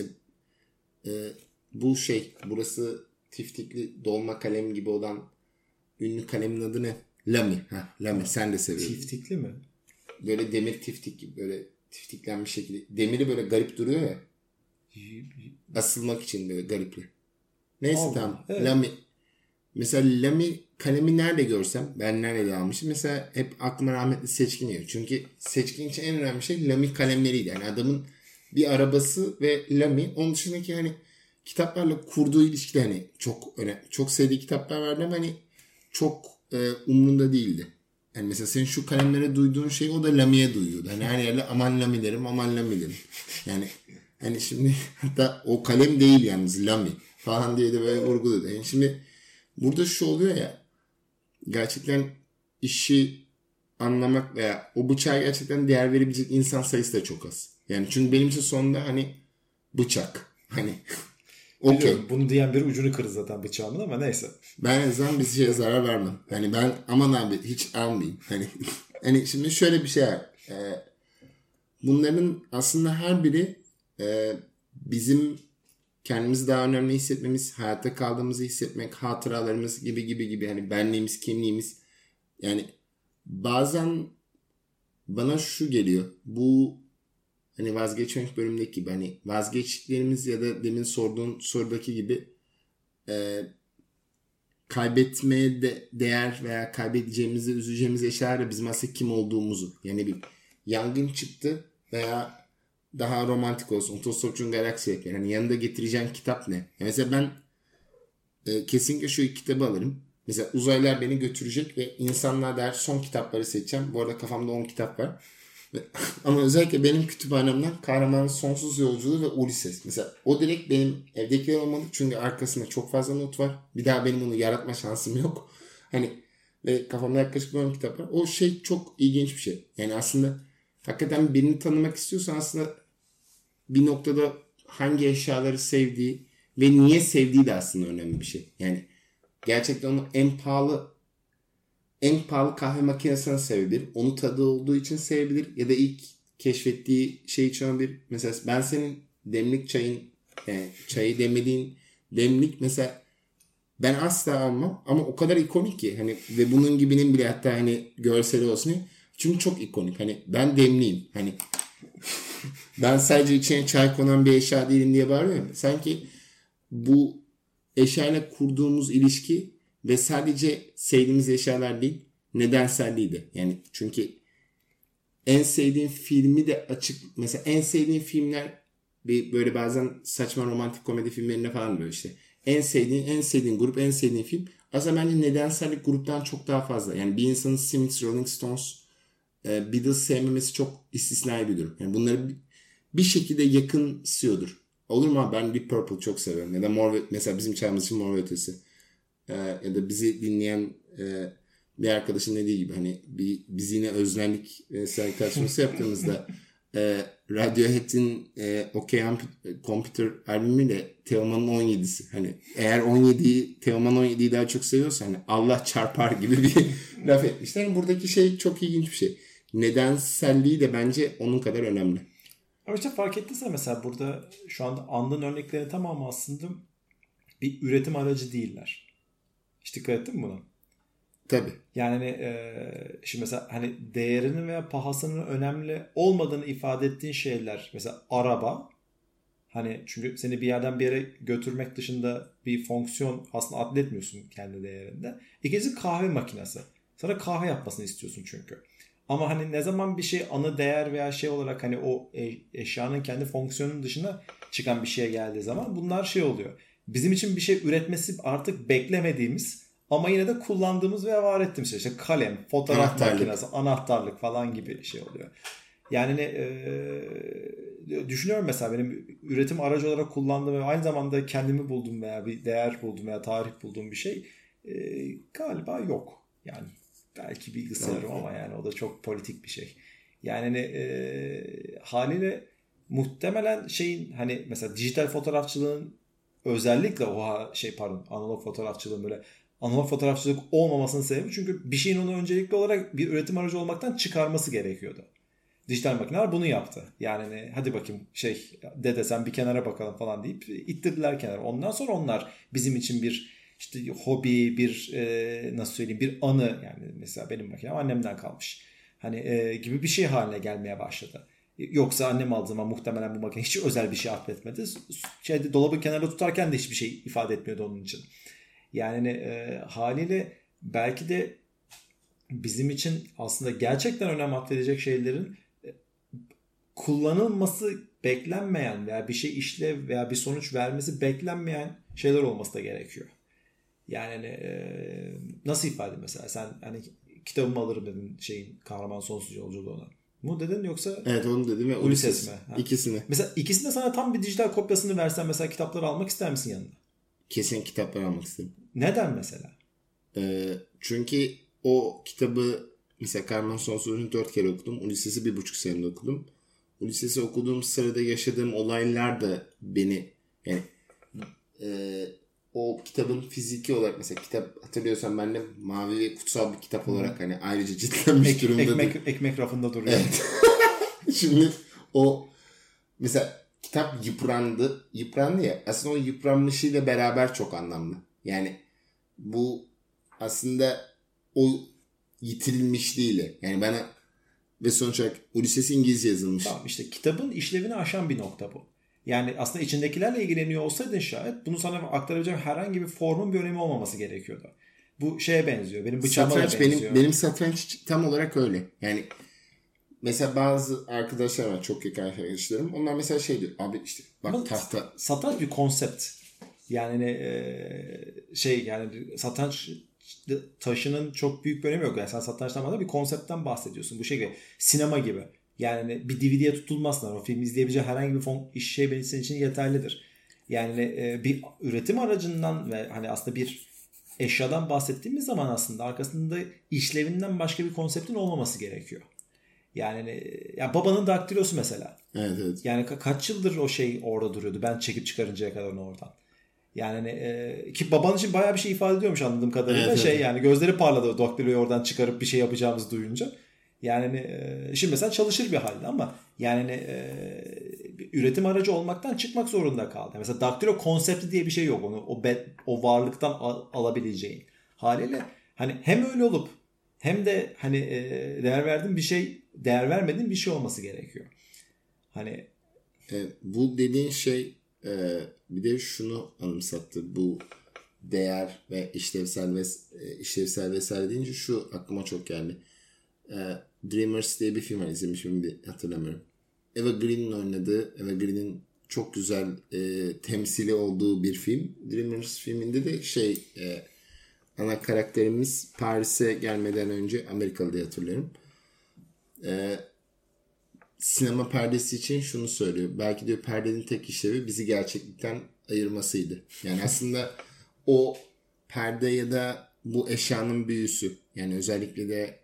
burası tiftikli dolma kalem gibi olan ünlü kalemin adı ne? Lamy. Lamy sen de seviyorsun. Tiftikli mi? Böyle demir tiftik gibi böyle tiftiklenmiş şekilde. Demiri böyle garip duruyor ya. Asılmak için böyle garipli. Neyse Allah, tamam. Evet. Lamy. Mesela Lamy kalemi nerede görsem ben nerede almışım. Mesela hep aklıma rahmetli Seçkin geliyor. Çünkü Seçkin için en önemli şey Lamy kalemleriydi. Yani adamın bir arabası ve Lamy. Onun dışındaki hani kitaplarla kurduğu ilişkide hani çok önemli. Çok sevdiği kitaplar vardı ama hani çok umrunda değildi. Yani mesela senin şu kalemlere duyduğun şeyi o da Lamy'e duyuyordu. Hani her yerde aman Lamy derim, aman Lamy derim. Yani hani şimdi hatta o kalem değil yalnız Lamy falan diye de böyle vurguluyordu. Yani şimdi burada şu oluyor ya gerçekten işi anlamak veya o bıçağa gerçekten değer verebilecek insan sayısı da çok az. Yani çünkü benim için sonunda hani bıçak. Hani okey. Bunu diyen biri ucunu kırdı zaten bıçağımın ama neyse. Ben en azından bir şeye zarar vermem. Hani ben aman abi hiç almayayım. Hani şimdi şöyle bir şey var. Bunların aslında her biri bizim kendimizi daha önemli hissetmemiz, hayatta kaldığımızı hissetmek, hatıralarımız gibi hani benliğimiz, kimliğimiz. Yani bazen bana şu geliyor. Bu hani vazgeçmek bölümündeki gibi hani vazgeçtiklerimiz ya da demin sorduğun sorudaki gibi kaybetmeye de değer veya kaybedeceğimizi, üzeceğimiz eşyalarla bizim aslında kim olduğumuzu. Yani bir yangın çıktı veya daha romantik olsun. Otostopçunun Galaksi. Yani yanında getireceğin kitap ne? Yani mesela ben kesinlikle şu iki kitabı alırım. Mesela uzaylılar beni götürecek ve insanlar der son kitapları seçeceğim. Bu arada kafamda 10 kitap var. Ama özellikle benim kütüphanemden Kahramanın Sonsuz Yolculuğu ve Ulysses. Mesela o direkt benim evdekiler olmalı. Çünkü arkasında çok fazla not var. Bir daha benim onu yaratma şansım yok. Hani ve kafamda yaklaşık 10 kitap var. O şey çok ilginç bir şey. Yani aslında hakikaten birini tanımak istiyorsan aslında bir noktada hangi eşyaları sevdiği ve niye sevdiği de aslında önemli bir şey. Yani gerçekten onu en pahalı kahve makinesini sevebilir. Onu tadı olduğu için sevebilir. Ya da ilk keşfettiği şey için olabilir. Mesela ben senin demlik çayın çayı demlediğin demlik mesela ben asla almam ama o kadar ikonik ki hani ve bunun gibinin bile hatta hani görseli olsun diye. Çünkü çok ikonik. Hani ben demliyim. Hani ben sadece içine çay konan bir eşya değilim diye bağırıyorum. Sanki bu eşyayla kurduğumuz ilişki ve sadece sevdiğimiz eşyalar değil, nedenselliydi. Yani çünkü en sevdiğim filmi de açık. Mesela en sevdiğim filmler bir böyle bazen saçma romantik komedi filmlerinde falan böyle işte. En sevdiğin grup, en sevdiğin film. Aslında bence nedensellik gruptan çok daha fazla. Yani bir insanın Smiths, Rolling Stones, Beatles sevmemesi çok istisnai bir durum. Yani bunları bir şekilde yakınsıyordur. Olur mu abi? Ben Deep Purple çok seviyorum. Ya da mesela bizim çağımız için Mor ve Ötesi. Ya da bizi dinleyen bir arkadaşın dediği gibi hani biz yine öznellik sergi tartışması yaptığımızda Radiohead'in OK Computer albümüyle Teoman'ın 17'si. Hani eğer 17'yi Teoman 17'yi daha çok seviyorsa hani Allah çarpar gibi bir laf etmişler. Yani buradaki şey çok ilginç bir şey. Nedenselliği de bence onun kadar önemli. Ama işte fark ettiysen mesela burada şu anda andığın örneklerin tamamı aslında bir üretim aracı değiller. Hiç dikkat ettin mi buna? Tabii. Yani şimdi mesela hani değerinin veya pahasının önemli olmadığını ifade ettiğin şeyler mesela araba hani çünkü seni bir yerden bir yere götürmek dışında bir fonksiyon aslında atletmiyorsun kendi değerinde. İkincisi kahve makinesi. Sana kahve yapmasını istiyorsun çünkü. Ama hani ne zaman bir şey anı değer veya şey olarak hani o eşyanın kendi fonksiyonunun dışına çıkan bir şeye geldiği zaman bunlar şey oluyor. Bizim için bir şey üretmesi artık beklemediğimiz ama yine de kullandığımız veya var ettiğimiz şey. İşte kalem, fotoğraf makinesi, anahtarlık falan gibi şey oluyor. Yani düşünüyorum mesela benim üretim aracı olarak kullandığım ve aynı zamanda kendimi buldum veya bir değer buldum veya tarih bulduğum bir şey galiba yok. Yani belki bilgisayarım ama yani o da çok politik bir şey. Yani haliyle muhtemelen şeyin hani mesela dijital fotoğrafçılığın özellikle analog fotoğrafçılığın böyle analog fotoğrafçılık olmamasının sebebi çünkü bir şeyin onu öncelikli olarak bir üretim aracı olmaktan çıkarması gerekiyordu. Dijital makineler bunu yaptı. Yani hadi bakayım dede sen bir kenara bakalım falan deyip ittirdiler kenara. Ondan sonra onlar bizim için bir işte hobi, bir nasıl söyleyeyim bir anı yani mesela benim makinem annemden kalmış. Hani gibi bir şey haline gelmeye başladı. Yoksa annem aldığı zaman muhtemelen bu makine hiç özel bir şey atfetmedi. Dolabın kenarında tutarken de hiçbir şey ifade etmiyordu onun için. Yani haliyle belki de bizim için aslında gerçekten önem atfedecek şeylerin kullanılması beklenmeyen veya bir şey işlev veya bir sonuç vermesi beklenmeyen şeyler olması da gerekiyor. Yani nasıl ifade mesela sen hani kitabımı alırım dedin Kahraman Sonsuz Yolculuğuna. Mu dedin yoksa? Evet onu dedim ve Ulysses mi? İkisini. Mesela ikisinde sana tam bir dijital kopyasını versen mesela kitapları almak ister misin yanına? Kesin kitapları almak isterim. Neden mesela? Çünkü o kitabı mesela Kahraman Sonsuz Yolculuğu'nu 4 kere okudum. Ulysses'i 1,5 senede okudum. Ulysses'i okuduğum sırada yaşadığım olaylar da beni yani o kitabın fiziki olarak mesela kitap hatırlıyorsan bende mavi ve kutsal bir kitap olarak hani ayrıca ciltlenmiş durumda. Ekmek rafında duruyor. Evet. Şimdi o mesela kitap yıprandı ya, aslında o yıpranmışıyla beraber çok anlamlı. Yani bu aslında o yitirilmişliğiyle yani bana ve sonuç olarak Ulysses'i İngilizce yazılmış. Tamam, işte kitabın işlevini aşan bir nokta bu. Yani aslında içindekilerle ilgileniyor olsaydın şayet bunu sana aktarabileceğim herhangi bir formun bir önemi olmaması gerekiyordu. Bu şeye benziyor. Benim bıçağıma da benziyor. Benim satranç tam olarak öyle. Yani mesela bazı arkadaşlar var, çok yakın arkadaşlarım. Onlar mesela şey diyor. Abi işte bak ama tahta. Satranç bir konsept. Yani yani satranç taşının çok büyük bir önemi yok. Yani sen satrançtan bahsediyorsun, bir konseptten bahsediyorsun. Bu şey gibi, sinema gibi. Yani bir DVD'ye tutulmazsın. O filmi izleyebileceğin herhangi bir şey benim senin için yeterlidir. Yani bir üretim aracından ve hani aslında bir eşyadan bahsettiğimiz zaman aslında arkasında işlevinden başka bir konseptin olmaması gerekiyor. Yani ya babanın daktilosu mesela. Evet. Yani kaç yıldır o şey orada duruyordu. Ben çekip çıkarıncaya kadar onu oradan. Yani ki baban için bayağı bir şey ifade ediyormuş anladığım kadarıyla. Evet. Yani gözleri parladı o daktiloyu oradan çıkarıp bir şey yapacağımızı duyunca. Yani şimdi mesela çalışır bir halde ama yani bir üretim aracı olmaktan çıkmak zorunda kaldı. Mesela daktilo konsepti diye bir şey yok. Onu o varlıktan alabileceğin. Haliyle hani hem öyle olup hem de hani değer vermediğin bir şey olması gerekiyor. Hani bu dediğin şey bir de şunu anımsattı. Bu değer ve işlevsel vesaire deyince şu aklıma çok geldi. Dreamers diye bir film var, izlemişim bir hatırlamıyorum. Eva Green'in oynadığı, Eva Green'in çok güzel temsili olduğu bir film. Dreamers filminde de ana karakterimiz Paris'e gelmeden önce Amerikalı diye hatırlıyorum. Sinema perdesi için şunu söylüyor. Belki diyor perdenin tek işlevi bizi gerçeklikten ayırmasıydı. Yani aslında o perde ya da bu eşyanın büyüsü. Yani özellikle de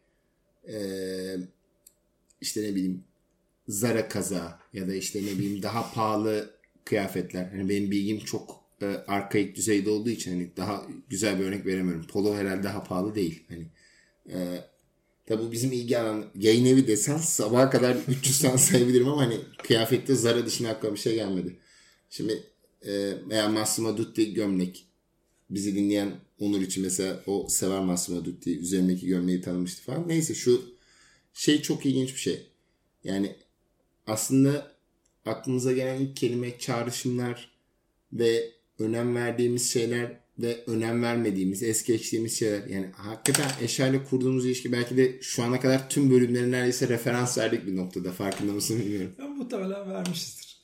işte ne bileyim Zara kazağı ya da işte ne bileyim daha pahalı kıyafetler. Hani benim bilgim çok arkaik düzeyde olduğu için hani daha güzel bir örnek veremiyorum. Polo herhalde daha pahalı değil. Hani tabi bu bizim ilgi alan yayın evi desen sabaha kadar 300 tane sayabilirim ama hani kıyafette Zara dışında aklıma bir şey gelmedi. Şimdi veya Massimo Dutti gömlek. Bizi dinleyen Onur için mesela o sever Massimo Dutti. Üzerindeki gömleği tanımıştı falan. Neyse şu şey çok ilginç bir şey. Yani aslında aklımıza gelen ilk kelime çağrışımlar ve önem verdiğimiz şeyler ve önem vermediğimiz, es geçtiğimiz şeyler. Yani hakikaten eşyayla kurduğumuz ilişki belki de şu ana kadar tüm bölümlerin neredeyse referans verdik bir noktada. Farkında mısın bilmiyorum. Ya muhtemelen vermişizdir.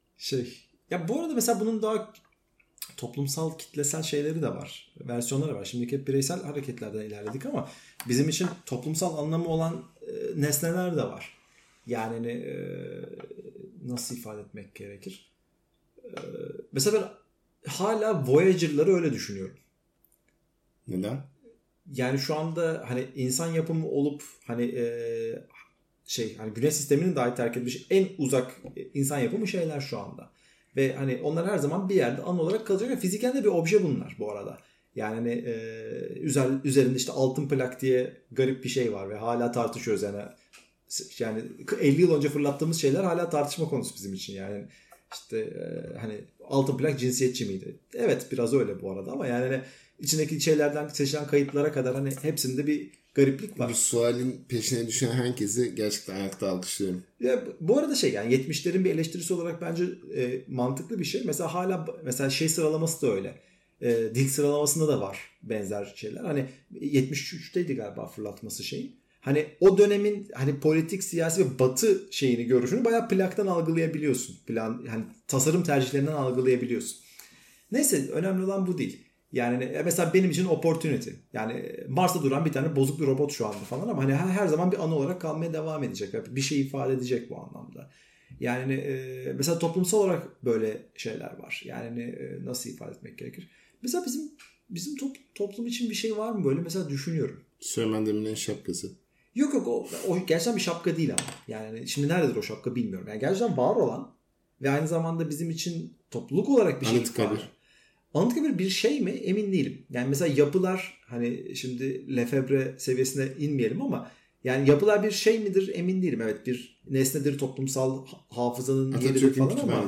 Ya bu arada mesela bunun daha toplumsal, kitlesel şeyleri de var. Versiyonları var. Şimdiki hep bireysel hareketlerden ilerledik ama bizim için toplumsal anlamı olan nesneler de var. Yani nasıl ifade etmek gerekir? Mesela ben hala Voyager'ları öyle düşünüyorum. Neden? Yani şu anda hani insan yapımı olup hani hani Güneş sisteminin dahi terk etmiş en uzak insan yapımı şeyler şu anda. Ve hani onlar her zaman bir yerde an olarak kalacak ve fiziken de bir obje bunlar bu arada. Yani hani üzerinde işte altın plak diye garip bir şey var ve hala tartışıyoruz yani 50 yıl önce fırlattığımız şeyler hala tartışma konusu bizim için yani işte hani altın plak cinsiyetçi miydi? Evet biraz öyle bu arada ama yani hani içindeki şeylerden seçilen kayıtlara kadar hani hepsinde bir gariplik var. Bu sualin peşine düşen herkesi gerçekten ayakta alkışlıyorum. Ya, bu arada yani 70'lerin bir eleştirisi olarak bence mantıklı bir şey. Mesela hala sıralaması da öyle. Dil sıralamasında da var benzer şeyler. Hani 73'teydi galiba fırlatması şeyi. Hani o dönemin hani politik, siyasi ve batı görüşünü bayağı plaktan algılayabiliyorsun. Hani tasarım tercihlerinden algılayabiliyorsun. Neyse önemli olan bu değil. Yani mesela benim için opportunity. Yani Mars'ta duran bir tane bozuk bir robot şu anda falan ama hani her zaman bir anı olarak kalmaya devam edecek. Bir şey ifade edecek bu anlamda. Yani mesela toplumsal olarak böyle şeyler var. Yani nasıl ifade etmek gerekir? Mesela bizim toplum için bir şey var mı böyle? Mesela düşünüyorum. Süleyman Demirel'in şapkası. Yok yok, o gerçekten bir şapka değil ama. Yani şimdi nerededir o şapka bilmiyorum. Yani gerçekten var olan ve aynı zamanda bizim için topluluk olarak bir şey Anıtkabir. Anıtkabir bir şey mi emin değilim. Yani mesela yapılar, hani şimdi Lefebvre seviyesine inmeyelim ama yani yapılar bir şey midir emin değilim. Evet, bir nesnedir, toplumsal hafızanın yeridir falan ama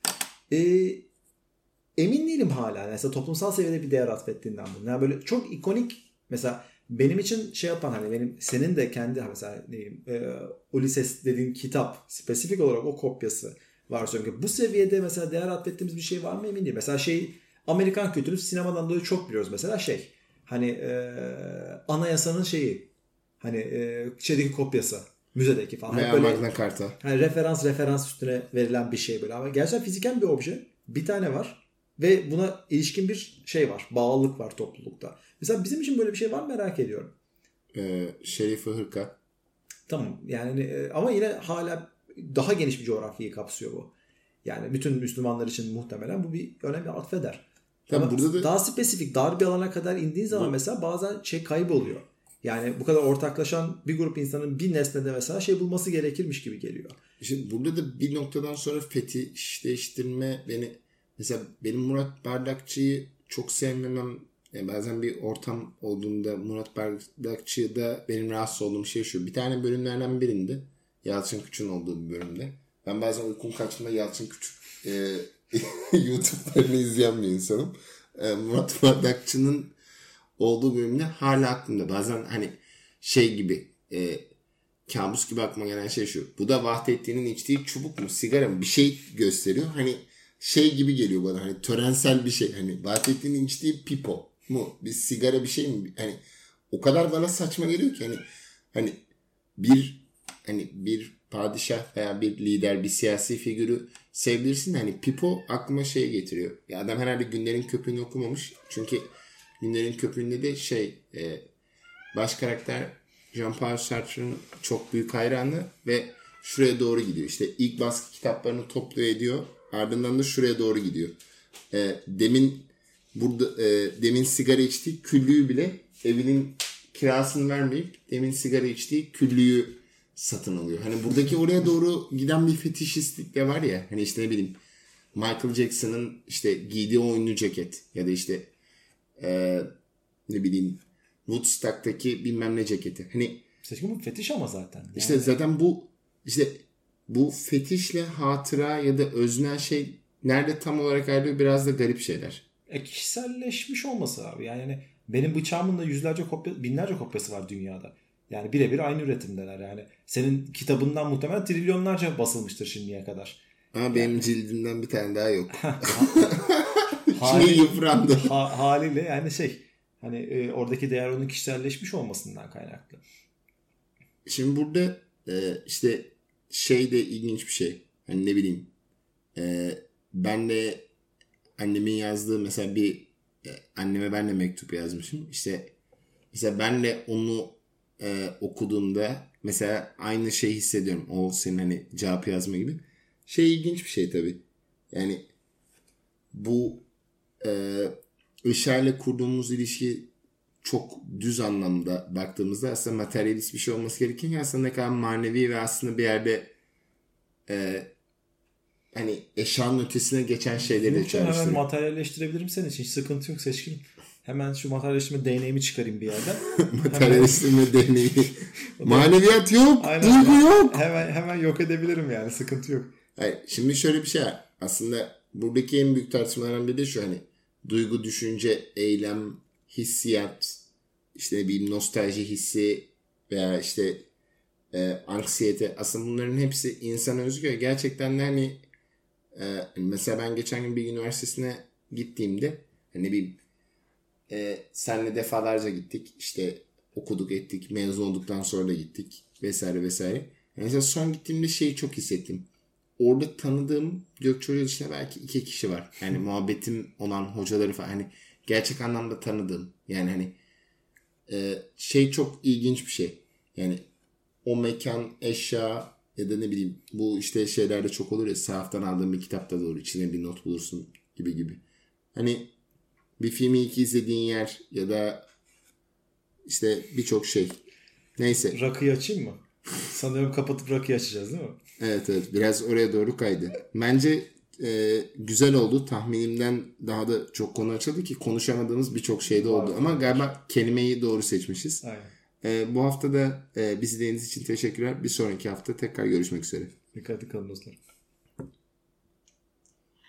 emin değilim hala. Mesela toplumsal seviyede bir değer atfettiğinden bunu. Yani böyle çok ikonik, mesela benim için şey yapan, hani benim senin de kendi mesela neyim, Ulysses dediğin kitap spesifik olarak o kopyası var söylüyorum. Bu seviyede mesela değer atfettiğimiz bir şey var mı emin değilim. Mesela şey, Amerikan kültürü sinemadan dolayı çok biliyoruz mesela şey. Hani anayasanın şeyi, hani şeydeki kopyası, müzedeki falan. Veya Böyle, Magna Carta. hani referans üstüne verilen bir şey böyle. Ama gerçekten fiziken bir obje. Bir tane var. Ve buna ilişkin bir şey var. Bağlılık var toplulukta. Mesela bizim için böyle bir şey var mı merak ediyorum. Şerifi hırka. Tamam. Yani ama yine hala daha geniş bir coğrafyayı kapsıyor bu. Yani bütün Müslümanlar için muhtemelen bu bir önemli atfeder. Tabii Ama burada da daha spesifik, dar bir alana kadar indiğin zaman mesela bazen şey kayboluyor. Yani bu kadar ortaklaşan bir grup insanın bir nesnede mesela şey bulması gerekirmiş gibi geliyor. işte burada da bir noktadan sonra fetişleştirme mesela benim Murat Bardakçı'yı çok sevmemem, bazen bir ortam olduğunda Murat Bardakçı'da benim rahatsız olduğum şey şu. Bir tane bölümlerden birinde, Yalçın Küçük'ün olduğu bir bölümde, ben bazen uykum kaçtığında Yalçın Küçük YouTube'larını izleyen bir insanım. Murat Bardakçı'nın olduğu bölümde hala aklımda. Bazen hani şey gibi, kabus gibi aklıma gelen şey şu. Bu da Vahdettin'in içtiği çubuk mu, sigara mı, bir şey gösteriyor. Hani şey gibi geliyor bana, hani törensel bir şey. Hani Vahdettin'in içtiği pipo mu, bir sigara, bir şey mi? Hani o kadar bana saçma geliyor ki hani bir bir padişah veya bir lider, bir siyasi figürü sevdirsin, hani pipo aklıma şey getiriyor. Ya adam herhalde Günlerin Köpüğü'nü okumamış. Çünkü Günlerin Köpüğü'nde de baş karakter Jean-Paul Sartre'ın çok büyük hayranı ve şuraya doğru gidiyor. İşte ilk baskı kitaplarını topluyor ediyor. Ardından da şuraya doğru gidiyor. Demin sigara içtiği küllüğü bile, evinin kirasını vermeyip demin sigara içtiği küllüğü satın alıyor. Hani buradaki oraya doğru giden bir fetişistlik de var ya. Hani işte ne bileyim, Michael Jackson'ın işte giydiği oyunlu ceket ya da işte ne bileyim Woodstock'taki bilmem ne ceketi. Hani Seçkin bu fetiş ama zaten. Yani. İşte zaten bu fetişle hatıra ya da öznel şey nerede tam olarak ayrılıyor, biraz da garip şeyler. Kişiselleşmiş olması abi. Yani benim bıçağımın da yüzlerce kopya, binlerce kopyası var dünyada. Yani birebir aynı üretimdeler yani. Senin kitabından muhtemelen trilyonlarca basılmıştır şimdiye kadar. Ama benim cildimden bir tane daha yok. Şimdi yıprandı. Haliyle yani şey, hani oradaki değer onun kişiselleşmiş olmasından kaynaklı. Şimdi burada işte şey de ilginç bir şey. Hani ne bileyim, ben de annemin yazdığı mesela anneme ben de mektup yazmışım. İşte mesela ben de onu okuduğumda mesela aynı şeyi hissediyorum. O senin hani cevap yazma gibi. Şey ilginç bir şey tabii. Yani bu ışığıyla kurduğumuz ilişki çok düz anlamda baktığımızda aslında materyalist bir şey olması gerekirken aslında ne kadar manevi ve aslında bir yerde hani eşyanın ötesine geçen şeyleri de çağrıştırıyor. Hemen materyalleştirebilirim senin için. Hiç sıkıntı yok Seçkin. Hemen şu materyalleştirme değneğimi çıkarayım bir yerden. Materyalleştirme değneği. Maneviyat yok. Aynen. Duygu yok. Hemen yok edebilirim yani. Sıkıntı yok. Hayır, şimdi şöyle bir şey var. Aslında buradaki en büyük tartışmalardan biri de şu, hani duygu, düşünce, eylem, hissiyat, işte ne bileyim nostalji hissi veya işte anksiyete, aslında bunların hepsi insana özgü. Gerçekten de hani mesela ben geçen gün bir üniversitesine gittiğimde hani ne bileyim senle defalarca gittik, işte okuduk ettik, mezun olduktan sonra da gittik vesaire vesaire. Yani mesela son gittiğimde şeyi çok hissettim. Orada tanıdığım Gökçe Hoca dışında belki 2 kişi var. Yani muhabbetim olan hocaları falan. Hani gerçek anlamda tanıdığım. Yani hani şey çok ilginç bir şey. Yani o mekan, eşya ya da ne bileyim bu işte şeylerde çok olur ya, sahaftan aldığın bir kitapta da olur. İçine bir not bulursun gibi gibi. Hani bir filmi ilk izlediğin yer ya da işte birçok şey. Neyse. Rakıyı açayım mı? Sanıyorum kapatıp rakıyı açacağız değil mi? Evet biraz oraya doğru kaydı. Bence güzel oldu. Tahminimden daha da çok konu açıldı ki konuşamadığımız birçok şey de oldu. Ama galiba kelimeyi doğru seçmişiz. Aynen. Bu hafta da bizi dinlediğiniz için teşekkürler. Bir sonraki hafta tekrar görüşmek üzere. Dikkatli kalın dostlar.